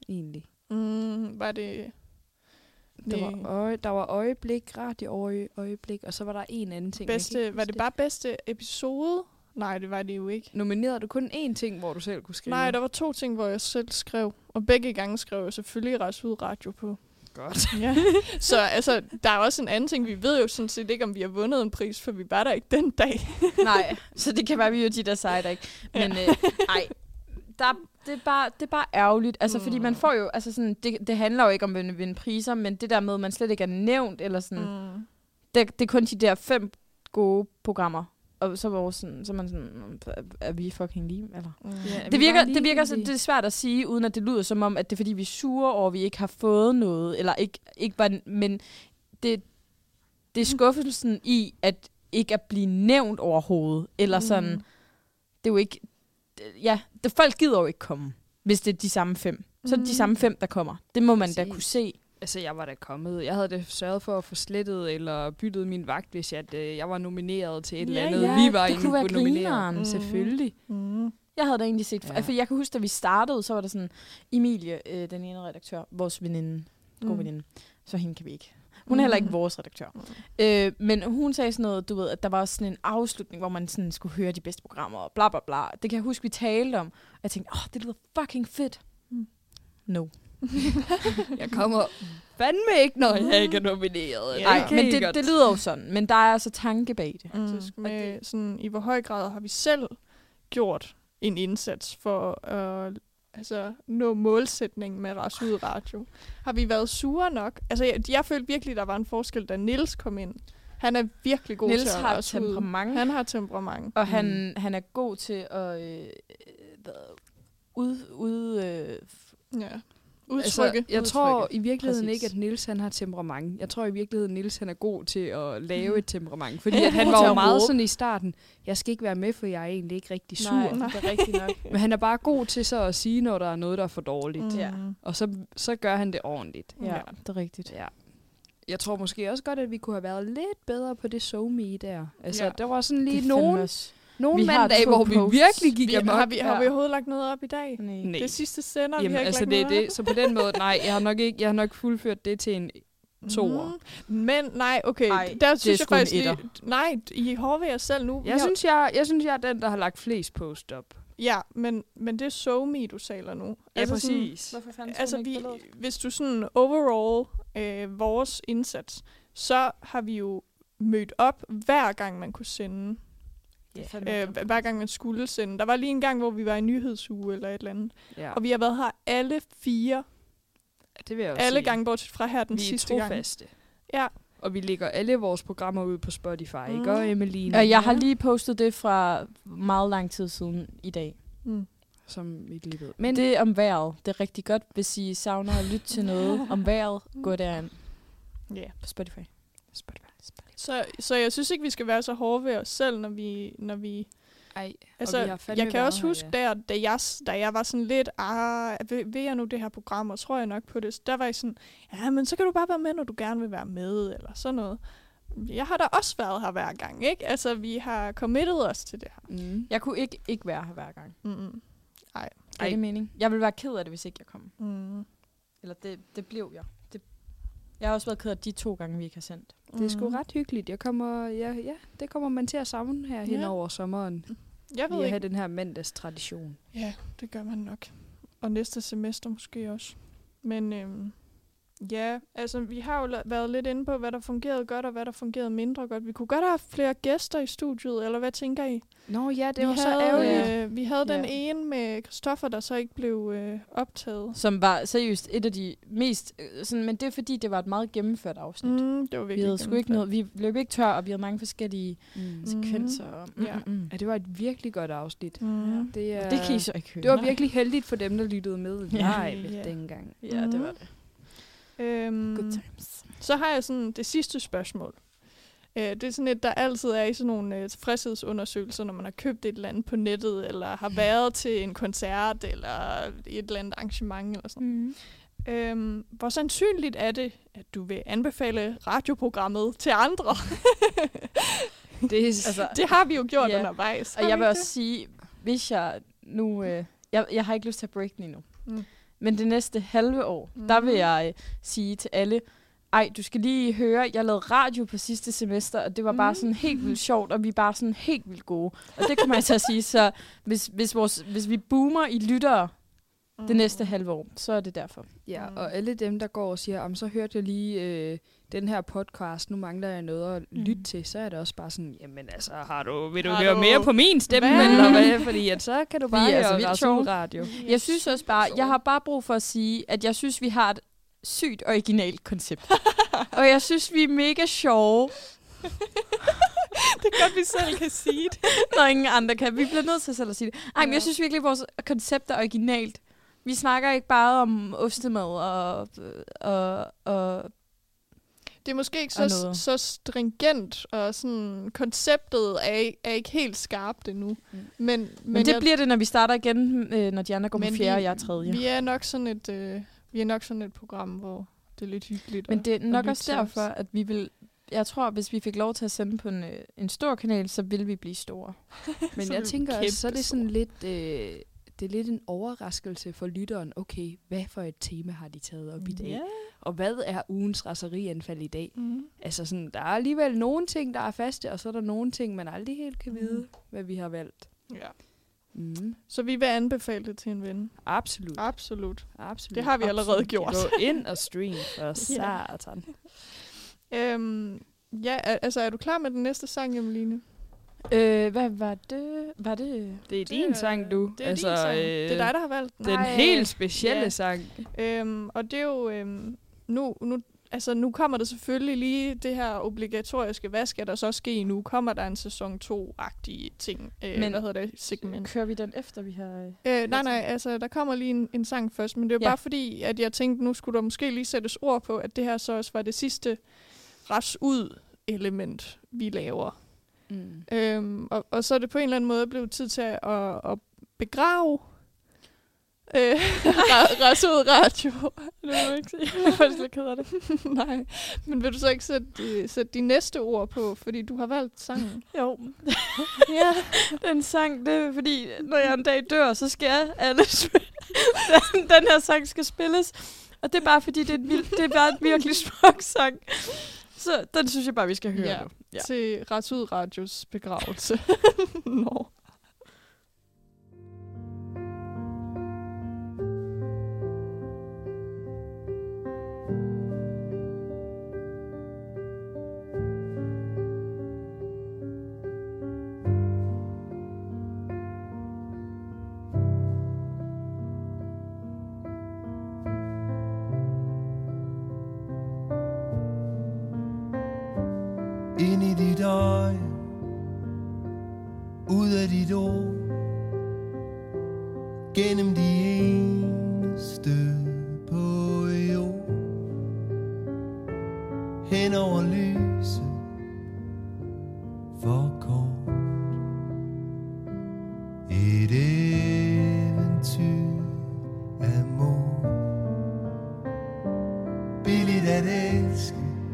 egentlig? Var det... Der var øjeblik, radioøjeblik, og så var der en anden ting. Var det bare bedste episode? Nej, det var det jo ikke. Nominerede du kun én ting, hvor du selv kunne skrive? Nej, der var 2 ting, hvor jeg selv skrev. Og begge gange skrev jeg selvfølgelig Rasud Radio på. Godt. Ja. Så altså, der er også en anden ting. Vi ved jo sådan set ikke, om vi har vundet en pris, for vi var der ikke den dag. Nej, så det kan være, vi er jo de, der siger der ikke. Men nej, det er bare ærgerligt. Altså, fordi man får jo, altså sådan, det handler jo ikke om at vinde priser, men det der med, at man slet ikke er nævnt, eller sådan, det er kun de der 5 gode programmer. Og så var sådan, så man sådan, er vi fucking lige, eller? Ja, Det virker så, det er svært at sige, uden at det lyder som om, at det er fordi, vi er sure over, at vi ikke har fået noget, eller ikke bare, men det er skuffelsen i, at ikke at blive nævnt overhovedet, eller sådan, det er jo ikke, folk gider jo ikke komme, hvis det er de samme 5. Så er det de samme 5, der kommer. Det må man da kunne se. Altså, jeg var da kommet. Jeg havde da sørget for at få slettet eller byttet min vagt, hvis jeg var nomineret til et eller andet. Vi var nomineret. Selvfølgelig. Jeg havde da egentlig set... For jeg kan huske, da vi startede, så var der sådan... Emilie, den ene redaktør, vores veninde, god veninde, så hende kan vi ikke. Hun er heller ikke vores redaktør. Men hun sagde sådan noget, du ved, at der var sådan en afslutning, hvor man sådan skulle høre de bedste programmer, og bla bla bla. Det kan jeg huske, vi talte om. Og jeg tænkte, det lyder fucking fedt. No. Jeg kommer fandme ikke, når jeg ikke er nomineret. Nej, men det lyder jo sådan. Men der er altså tanke bag det. Med sådan, i hvor høj grad har vi selv gjort en indsats for at nå målsætningen med Rasud Radio? Har vi været sure nok? Altså, jeg følte virkelig, der var en forskel, da Niels kom ind. Han er virkelig god til at har temperament. Han har temperament. Og han er god til at udtrykke. Jeg tror i virkeligheden ikke, at Niels han har temperament. Jeg tror i virkeligheden, Niels han er god til at lave et temperament. Fordi at han var jo meget sådan i starten, jeg skal ikke være med, for jeg er egentlig ikke rigtig sur. Nej, det er rigtigt nok. Men han er bare god til så at sige, når der er noget, der er for dårligt. Og så gør han det ordentligt. Ja, det er rigtigt. Ja. Jeg tror måske også godt, at vi kunne have været lidt bedre på det SoMe der. Altså, der var sådan lige nogle mandage, hvor vi virkelig gik amok. Har vi overhovedet lagt noget op i dag? Nej. Det sidste sender, jamen, vi har ikke altså lagt noget op. Så på den måde, nej, jeg har nok fuldført det til en 2'er. Men nej, okay. Der synes jeg faktisk lige... Nej, I hårdver jer selv nu. Jeg synes, jeg er den, der har lagt flest post op. Ja, men det er SoMe, du saler nu. Ja, altså præcis. Hvorfor fanden hvis du sådan overall vores indsats, så har vi jo mødt op, hver gang man kunne sende. Hver gang man skulle sende. Der var lige en gang, hvor vi var i nyhedsuge eller et eller andet. Ja. Og vi har været her alle 4. Det vil jeg også alle sige. gange, bortset fra her den sidste gang. Vi er trofaste. Ja. Og vi lægger alle vores programmer ud på Spotify, ikke? Og Emeline. Og jeg har lige postet det fra meget lang tid siden i dag. Som vi ikke lige ved. Men det er om vejret. Det er rigtig godt, hvis I savner at lytte til noget om vejret. Gå derind. Ja. På Spotify. Så jeg synes ikke, vi skal være så hårde ved os selv, når vi altså, jeg kan også huske da jeg var sådan lidt, vil jeg nu det her program, og tror jeg nok på det, der var jeg sådan, ja, men så kan du bare være med, når du gerne vil være med, eller sådan noget. Jeg har da også været her hver gang, ikke? Altså, vi har committed os til det her. Jeg kunne ikke være her hver gang. Nej. Er det mening? Jeg ville være ked af det, hvis ikke jeg kom. Eller det blev jeg. Jeg har også været ked af de 2 gange, vi ikke har sendt. Det er sgu ret hyggeligt. Det kommer man til at savne her hen over sommeren. Jeg ved ikke. Have den her mandags tradition. Ja, det gør man nok. Og næste semester måske også. Men ja, altså vi har jo været lidt inde på, hvad der fungerede godt, og hvad der fungerede mindre godt. Vi kunne godt have flere gæster i studiet, eller hvad tænker I? Nå ja, det var så ærgerligt. Vi havde den ene med Christoffer, der så ikke blev optaget. Som var seriøst et af de mest... men det er fordi, det var et meget gennemført afsnit. Det var virkelig vi havde sgu ikke noget, vi løb ikke tør, og vi havde mange forskellige sekvenser. Ja, det var et virkelig godt afsnit. Det kan I så ikke høre. Det var virkelig heldigt for dem, der lyttede med live dengang. Ja, det var det. Good times. Så har jeg sådan det sidste spørgsmål. Det er sådan et, der altid er i sådan nogle tilfredshedsundersøgelser, når man har købt et eller andet på nettet, eller har været til en koncert, eller et eller andet arrangement, eller sådan. Hvor sandsynligt er det, at du vil anbefale radioprogrammet til andre? Det har vi jo gjort undervejs. Og jeg vil også sige, hvis jeg nu... jeg har ikke lyst til at break den endnu. Men det næste halve år, der vil jeg sige til alle, du skal lige høre, jeg lavede radio på sidste semester, og det var bare sådan helt vildt sjovt, og vi er bare sådan helt vildt gode. Og det kommer jeg til at sige, så hvis vi boomer i lyttere det næste halve år, så er det derfor. Ja, og alle dem, der går og siger, så hørte jeg lige den her podcast, nu mangler jeg noget at lytte til, så er det også bare sådan, jamen altså, vil du høre mere på min stemme, eller hvad? Fordi at så kan du bare høre radio. Jeg synes også bare, jeg har bare brug for at sige, at jeg synes, vi har et sygt originalt koncept. Og jeg synes, vi er mega sjove. Det er godt, vi selv kan sige det. Når ingen andre kan. Vi bliver nødt til selv at sige det. Men jeg synes virkelig, at vores koncept er originalt. Vi snakker ikke bare om ostemad og det er måske ikke så stringent, og sådan, konceptet er ikke helt skarpt endnu. Men det bliver det, når vi starter igen, når de andre går på 4. og jeg er 3. Vi er nok sådan et program, hvor det er lidt hyggeligt. Men det er nok også derfor, at vi vil... Jeg tror, hvis vi fik lov til at sende på en stor kanal, så ville vi blive store. Men jeg tænker også, så er det sådan lidt... det er lidt en overraskelse for lytteren. Okay, hvad for et tema har de taget op i dag? Yeah. Og hvad er ugens raserianfald i dag? Altså sådan, der er alligevel nogle ting, der er faste, og så er der nogle ting, man aldrig helt kan vide, hvad vi har valgt. Ja. Så vi vil anbefale det til en ven. Absolut. Det har vi allerede gjort. Gå ind og stream for satan. Altså er du klar med den næste sang, Emeline? Hvad var det? Det er din sang, du. Det er din sang. Det er dig, der har valgt den. Den helt specielle sang. Og det er jo... nu kommer der selvfølgelig lige det her obligatoriske, hvad skal der så ske nu? Kommer der en sæson 2-agtige ting? Men hvad hedder det? Segment. Kører vi den efter, vi har... Nej, altså der kommer lige en sang først, men det er jo bare fordi, at jeg tænkte, nu skulle der måske lige sættes ord på, at det her så også var det sidste rets-ud-element, vi laver. Og så er det på en eller anden måde blevet tid til at begrave rets-ud radio. Det vil du ikke sige. Jeg er faktisk lidt ked af det. Nej, men vil du så ikke sætte de næste ord på, fordi du har valgt sangen? Jo. Ja, den sang, det er fordi, når jeg en dag dør, så skal alle den her sang skal spilles. Og det er bare fordi, det er bare en virkelig smuk sang. Så den synes jeg bare, vi skal høre nu. Ja. Til Rets-ud Radios begravelse. Nå. Ind i dit øje, ud af dit ord, gennem de eneste på jord, hen over lyset, for kort. Et eventyr af mor, billigt at elske.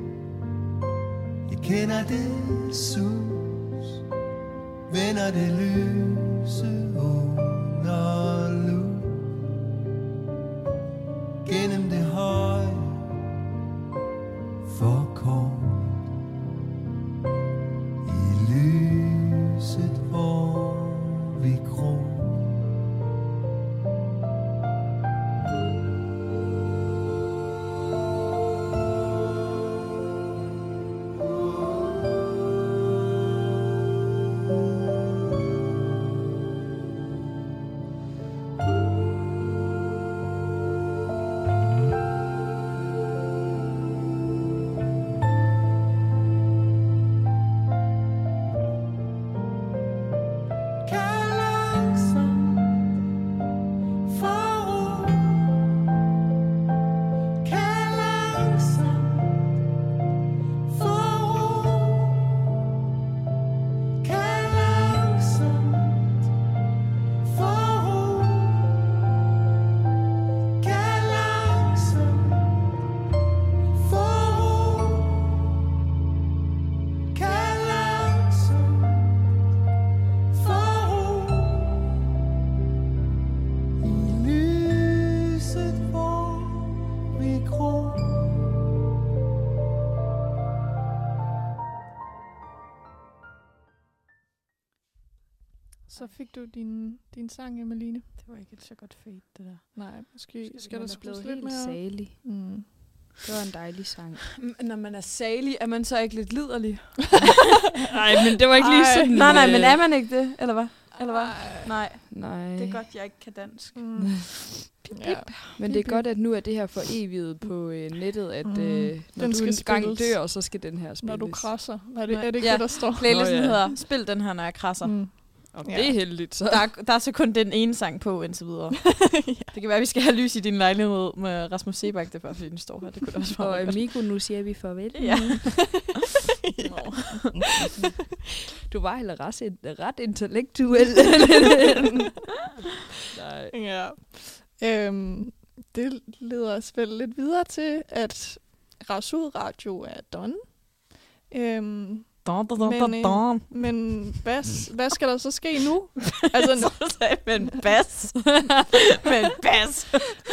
Kender det sus, vender det lyse under lup, gennem det høje, for kort, i lyset, hvor vi gror. Så fik du din sang, Emeline. Det var ikke et så godt fade, det der. Nej, måske skal der man er skrues blevet lidt helt mere. salig. Mm. Det var en dejlig sang. Når man er salig, er man så ikke lidt liderlig? Nej, men det var ikke lige sådan. Nej, men er man ikke det? Eller hvad? Eller hvad? Nej. Nej. Det er godt, jeg ikke kan dansk. Mm. Ja. Men det er godt, at nu er det her for evigt på nettet, at når Den du skal engang spilles. dør, så skal den her spilles. Når du krasser. Er det ikke Ja. det, der står? Playlisten Nå, ja. hedder Spil den her, når jeg krasser. Mm. Og Ja. det er heldigt, så. Der er så kun den ene sang på, indtil videre. Det kan være, at vi skal have lys i din lejlighed med Rasmus Sebak, det er bare fordi den står her. Det kunne da også være Og meget godt. Amigo, nu siger vi farvel. Ja. Du var heller ret intellektuel. Nej. Ja. Det leder os vel lidt videre til, at Rasud Radio er done. Men hvad skal der så ske nu? Altså, Men bas. Men bas.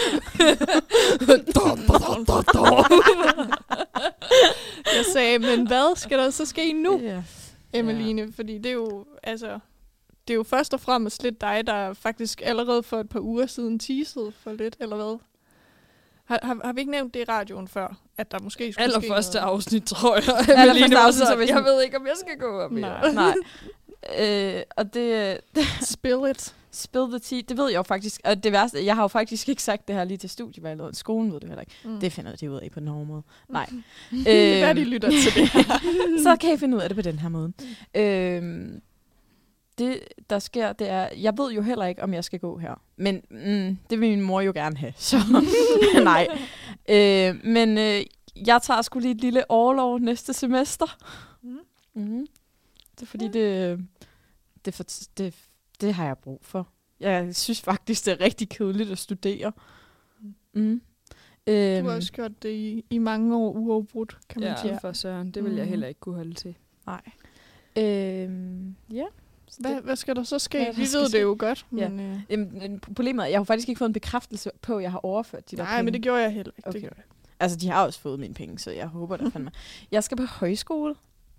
jeg sagde, men hvad skal der så ske nu, Ja. Emeline? Fordi det er jo, altså, det er jo først og fremmest lidt dig, der faktisk allerede for et par uger siden teasede for lidt, eller hvad? Har vi ikke nævnt det i radioen før, at der måske skulle ske Allerførste noget? afsnit, tror jeg. Allerførste afsnit, så hvis jeg ved ikke, om jeg skal gå op mere. Nej. Nej. Og det... Spill it. Spill the tea, det ved jeg jo faktisk. Og det værste, jeg har jo faktisk ikke sagt det her lige til studievejledet. Skolen ved det heller ikke. Mm. Det finder de ud af på den her måde. Nej. Det er, de lytter til det her. Så kan I finde ud af det på den her måde. Det, der sker, det er... Jeg ved jo heller ikke, om jeg skal gå her. Men det vil min mor jo gerne have. Så nej. Men jeg tager sgu lige et lille orlov næste semester. Mm. Det er fordi, det har jeg brug for. Jeg synes faktisk, det er rigtig kedeligt at studere. Mm. Du har også gjort det i mange år uafbrudt, kan man sige. Ja, for søren. Det vil jeg heller ikke kunne holde til. Nej. Ja. Hvad skal der så ske? Ja, Vi ved det jo godt. Ja. Men, Problemet er, at jeg har faktisk ikke fået en bekræftelse på, at jeg har overført de der nej, penge. men det gjorde jeg heller ikke. Okay. Det gjorde jeg. Altså, de har også fået mine penge, så jeg håber da fandme. Jeg skal på højskole.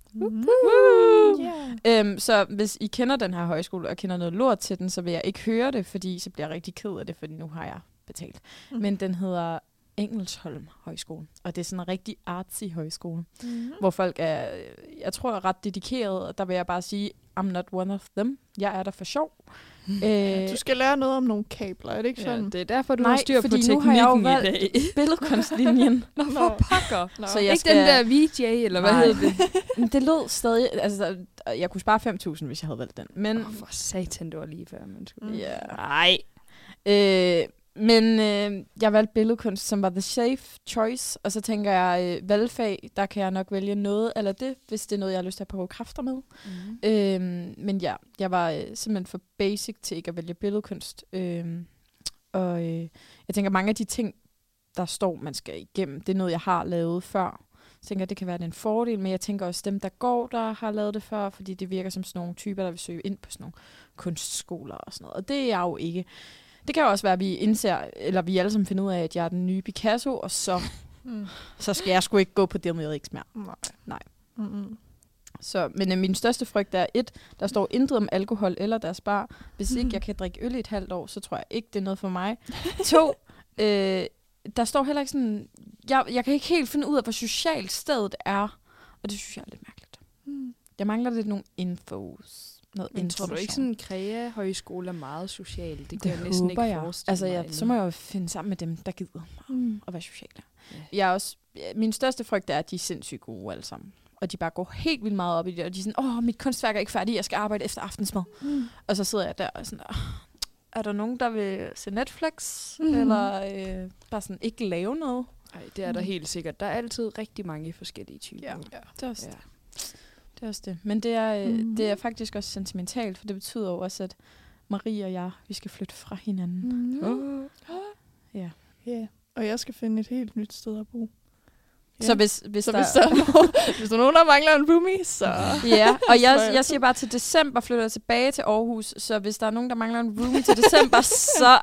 Yeah. Så hvis I kender den her højskole og kender noget lort til den, så vil jeg ikke høre det, fordi så bliver jeg rigtig ked af det, fordi nu har jeg betalt. Men den hedder Engelsholm Højskole, og det er sådan en rigtig artsy højskole, hvor folk er, jeg tror, er ret dedikeret, og der vil jeg bare sige, I'm not one of them. Jeg er der for sjov. Du skal lære noget om nogle kabler, er det ikke sådan? Ja, det er derfor, du Nej, har styr på fordi nu teknikken har jeg jo i valgt dag. billedkunstlinjen. Nå, for pokker. Så jeg ikke skal... den der VJ, eller hvad Nej. hedder det? Det lød stadig... Altså, jeg kunne spare 5.000, hvis jeg havde valgt den. Men... For satan, det var lige før, man skulle... Ja. Nej. Men jeg valgte billedkunst, som var the safe choice. Og så tænker jeg, valgfag, der kan jeg nok vælge noget eller det, hvis det er noget, jeg har lyst til at prøve kræfter med. Men ja, jeg var simpelthen for basic til ikke at vælge billedkunst. Og jeg tænker, mange af de ting, der står, man skal igennem, det er noget, jeg har lavet før. Jeg tænker, det kan være en fordel, men jeg tænker også dem, der går, der har lavet det før, fordi det virker som sådan nogle typer, der vil søge ind på sådan nogle kunstskoler og sådan noget. Og det er jeg jo ikke. Det kan jo også være, at vi indser, eller vi alle sammen finder ud af, at jeg er den nye Picasso, og så skal jeg sgu ikke gå på det med mere. Nej. Så, men min største frygt er, 1, der står intet om alkohol eller deres bar. Hvis ikke jeg kan drikke øl i et halvt år, så tror jeg ikke, det er noget for mig. 2, der står heller ikke sådan... Jeg kan ikke helt finde ud af, hvor socialt stedet er, og det synes jeg er lidt mærkeligt. Jeg mangler lidt nogle infos. Men tror du ikke, sådan en KREA-højskole er meget social? Det kan jeg næsten ikke forestille mig. Så må jeg jo finde sammen med dem, der gider at være sociale. Ja. Min største frygt er, at de er sindssygt gode alle sammen. Og de bare går helt vildt meget op i det. Og de er sådan, mit kunstværk er ikke færdigt, jeg skal arbejde efter aftensmad. Og så sidder jeg der og sådan, er der nogen, der vil se Netflix? Eller bare sådan ikke lave noget? Nej, det er der helt sikkert. Der er altid rigtig mange forskellige typer. Ja, det er også det. Det er også det. Men det er faktisk også sentimentalt, for det betyder jo også, at Marie og jeg, vi skal flytte fra hinanden. Ja. Ja, og jeg skal finde et helt nyt sted at bo. Ja. Så hvis hvis der er nogen, der mangler en roomie, så... Ja, og jeg siger bare, til december flytter jeg tilbage til Aarhus, så hvis der er nogen, der mangler en roomie til december, så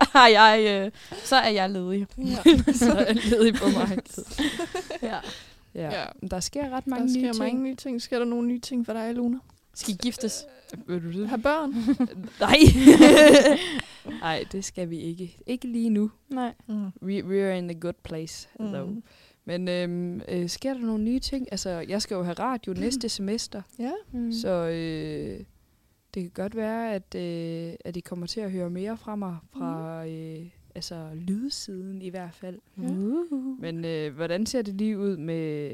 er jeg ledig. Ja. Så er jeg ledig på markedet. Ja. Ja. Der sker ret mange nye ting. nye ting. Mange nye ting. Sker der nogle nye ting for dig, Luna? Skal I giftes? Vil du det? Have børn? Nej. Nej, det skal vi ikke. Ikke lige nu. Nej. We are in a good place, though. Men sker der nogle nye ting? Altså, jeg skal jo have radio næste semester. Ja. Så det kan godt være, at I kommer til at høre mere fra mig. Fra altså, lydsiden i hvert fald. Men hvordan ser det lige ud med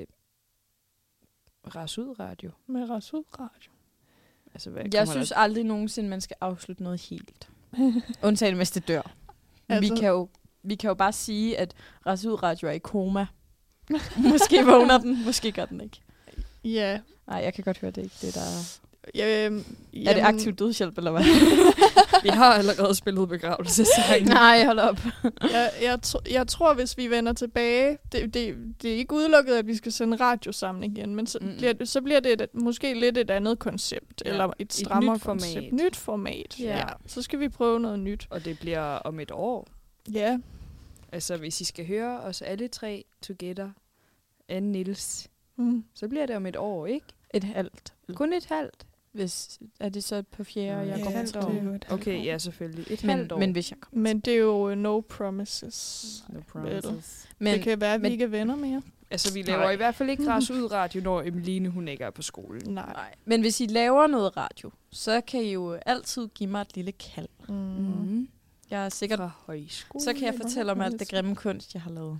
Rasud Radio? Med Rasud Radio. Altså, hvad Jeg synes aldrig nogensinde, man skal afslutte noget helt. Undtagen hvis det dør. Altså- Vi kan jo bare sige, at Rasud Radio er i koma. Måske vågner den, måske gør den ikke. Ja. Nej, jeg kan godt høre, det ikke det, der er... Er Er det aktiv dødshjælp, eller hvad? Vi har allerede spillet begravelsessangen. Nej, hold op. Jeg tror, hvis vi vender tilbage, det er ikke udelukket, at vi skal sende radiosamling igen, men så bliver det måske lidt et andet koncept, eller et strammere koncept. Nyt format. Ja. Så skal vi prøve noget nyt. Og det bliver om et år. Ja. Altså, hvis I skal høre os alle tre together, Anne Niels, så bliver det om et år, ikke? Et halvt. Kun et halvt. Hvis, er det så på fjerde, og jeg går halvt på år. Okay, ja, selvfølgelig. Et men, halvt år. men hvis jeg kommer. Men det er jo no promises. No promises. Men, det kan være, at vi ikke er venner mere. Altså, vi laver i hvert fald ikke Rasud Radio, når Emeline, hun ikke er på skolen. Nej. Men hvis I laver noget radio, så kan I jo altid give mig et lille kald. Jeg er sikkert fra højskole. Så kan jeg fortælle om alt det grimme kunst, jeg har lavet.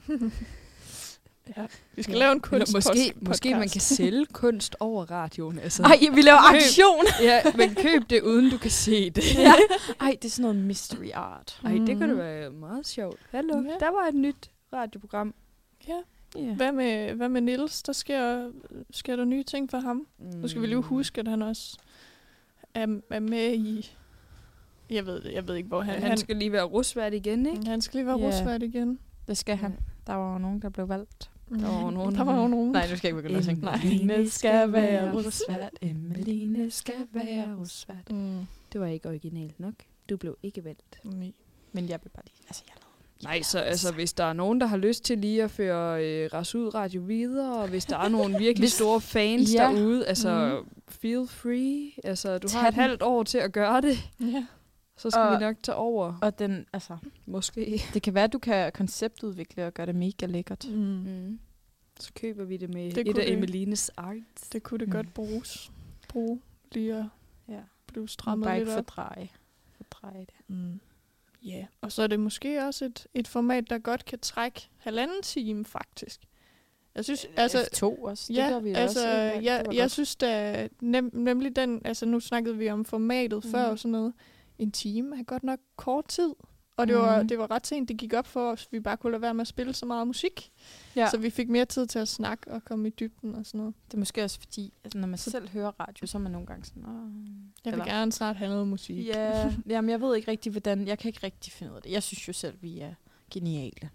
Ja. Vi skal lave en kunstpodcast. Måske man kan sælge kunst over radioen. Altså. Ej, vi laver aktion! Ja, men køb det, uden du kan se det. Ja. Ej, det er sådan noget mystery art. Ej, det kunne da være meget sjovt. Hallo, der var et nyt radioprogram. Ja. Yeah. Hvad med Niels? Der sker der nye ting for ham. Nu skal vi lige huske, at han også er med i... Jeg ved ikke, hvor han skal lige være rusvært igen, ikke? Han skal lige være rusvært igen. Det skal han. Der var jo nogen, der blev valgt. Der var jo nogen. Nej, nu skal jeg ikke begynde at synge. Emeline skal være rusvært. Emeline skal være rusvært. Det var ikke originalt nok. Du blev ikke valgt. Nej. Men jeg vil bare lige... Altså, Nej, så altså, hvis der er nogen, der har lyst til lige at føre Rasud Radio videre, og hvis der er nogle virkelig store fans derude, altså, feel free. Altså, du har et halvt år til at gøre det. Ja. Så skal vi nok tage over. Og den, altså... Måske. Det kan være, at du kan konceptudvikle og gøre det mega lækkert. Så køber vi det med et af Emelines arts. Det kunne det godt bruge lige at blive strammet lidt op. Fordreje det. Ja, og så er det måske også et format, der godt kan trække 1,5 time, faktisk. Jeg synes, altså... F2 også, det ja, gør vi altså, også. Jeg synes da nemlig den... Altså, nu snakkede vi om formatet før og sådan noget. En time er godt nok kort tid. Og det var ret sent, det gik op for os. Vi bare kunne lade være med at spille så meget musik. Ja. Så vi fik mere tid til at snakke og komme i dybden og sådan noget. Det er måske også fordi, at når man selv hører radio, så er man nogle gange sådan... Jeg vil gerne snart have noget musik. Ja, jamen jeg ved ikke rigtig, hvordan... Jeg kan ikke rigtig finde ud af det. Jeg synes jo selv, vi er geniale.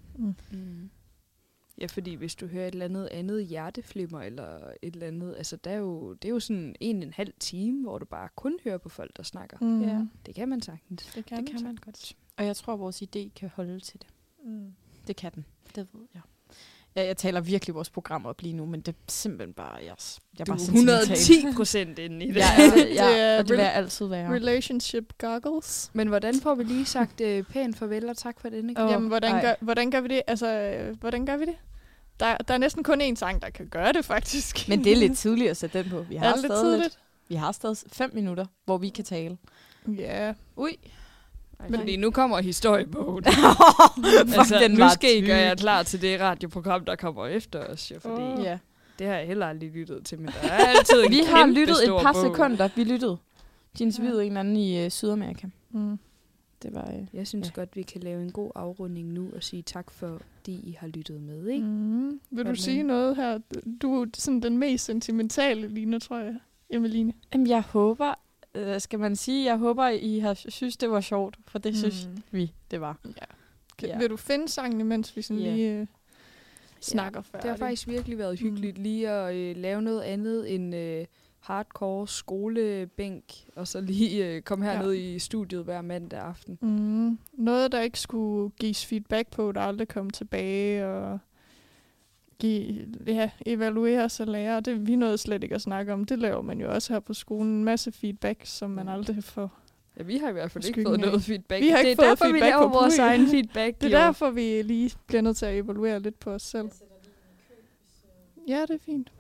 Ja, fordi hvis du hører et eller andet hjerteflimmer eller et eller andet, altså det er jo sådan 1,5 time, hvor du bare kun hører på folk, der snakker. Ja. Det kan man sagtens. Det kan man godt. Og jeg tror, at vores idé kan holde til det. Det kan den. Det ved jeg. Ja, jeg taler virkelig vores program op lige nu, men det er simpelthen bare... Jeg du bare er 110% inde i det. Og det vil jeg altid være. Relationship goggles. Men hvordan får vi lige sagt pænt farvel og tak for denne gang? Jamen, hvordan gør vi det? Altså, hvordan gør vi det? Der er næsten kun én sang, der kan gøre det, faktisk. Men det er lidt tidligt at sætte den på. Vi har stadig 5 minutter, hvor vi kan tale. Ja. Ui. Fordi nu kommer historiebogen. Den nu skal I gøre jer klar til det radioprogram, der kommer efter os. Fordi det har jeg heller aldrig lyttet til, men der er altid en vi har lyttet et par bog. sekunder. Vi lyttede. De interviewede en anden i Sydamerika. Det var, jeg synes godt, vi kan lave en god afrunding nu og sige tak, fordi I har lyttet med. Ikke? Vil du sige noget her? Du er sådan den mest sentimentale lige nu, tror jeg, Emeline. Jamen, jeg håber... skal man sige, jeg håber, I har synes, det var sjovt, for det synes vi, det var. Ja. Vil du finde sangene, mens vi sådan lige snakker færdigt? Det har faktisk virkelig været hyggeligt lige at lave noget andet end hardcore skolebænk, og så lige komme herned i studiet hver mandag aften. Noget, der ikke skulle gives feedback på, der aldrig kom tilbage, og evalueres og lære. Det vi nåede slet ikke at snakke om. Det laver man jo også her på skolen. En masse feedback, som man aldrig får. Ja, vi har i hvert fald ikke fået noget feedback. Vi har ikke fået feedback. Det er derfor, vi laver vores egen feedback. Det er derfor, vi lige bliver nødt til at evaluere lidt på os selv. Ja, det er fint.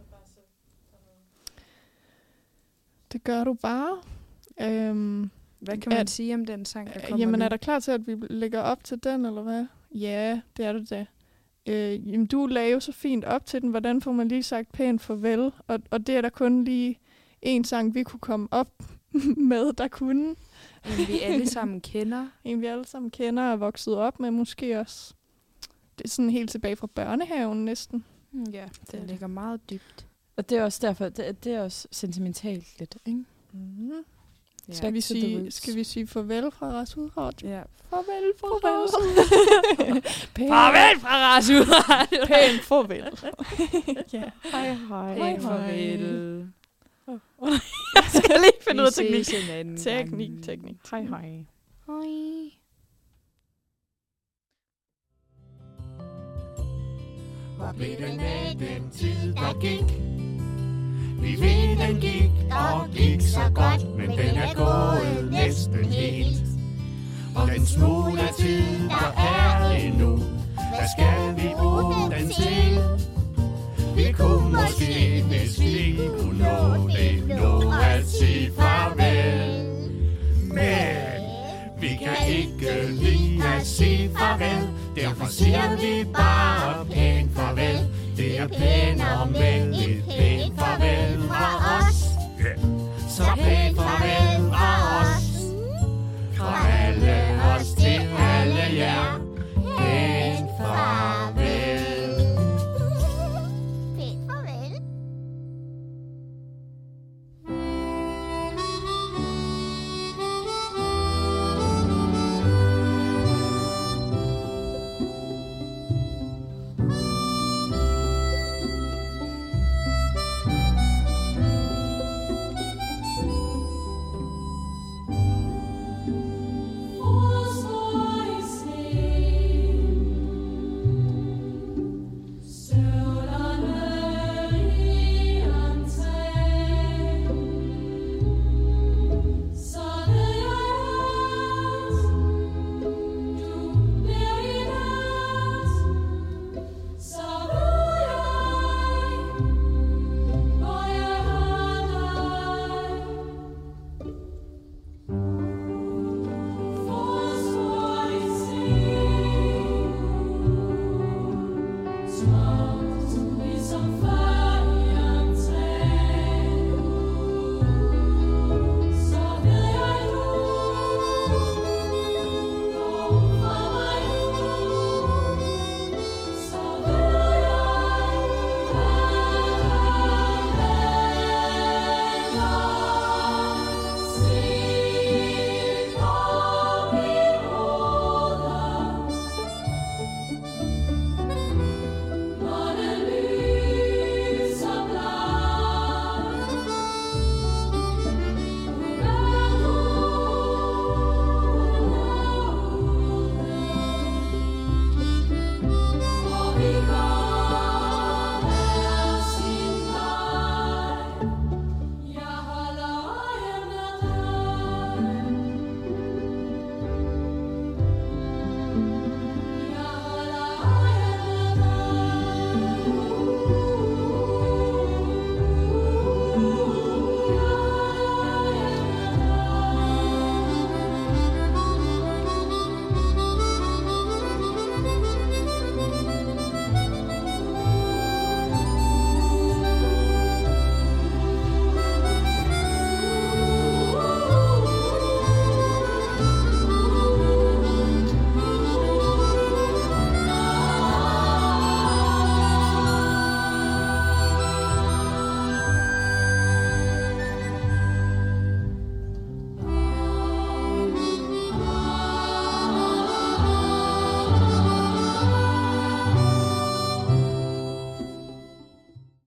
Det gør du bare. Hvad kan man sige om den sang, der kommer Jamen, nu? er der klar til, at vi lægger op til den, eller hvad? Ja, det er det da. Jamen, du lagde jo så fint op til den. Hvordan får man lige sagt pænt farvel? Og det er der kun lige en sang, vi kunne komme op med, der kunne. En vi alle sammen kender. En vi alle sammen kender og er vokset op med måske også. Det er sådan helt tilbage fra børnehaven næsten. Ja, det ligger meget dybt. Og det er også derfor, det er også sentimentalt lidt, ikke? Mm-hmm. Ja. Skal vi sige farvel fra Rasudrat? Ja. Farvel fra Rasudrat. Farvel fra Rasudrat. Pænt farvel. Ja. Hej. Pænt farvel. Jeg skal lige finde ud af teknik. Teknik. Hej. Hej. Hvor blev den af den tid, der gik? Vi ved, den gik og gik så godt, men den er gået næsten helt. Og den smule tid, der er endnu, hvad skal vi bruge den til? Vi kunne måske, hvis vi kunne nå det, nå at sige farvel. Men vi kan ikke lide at sige farvel, derfor siger vi bare pænt farvel. Det er pænere, men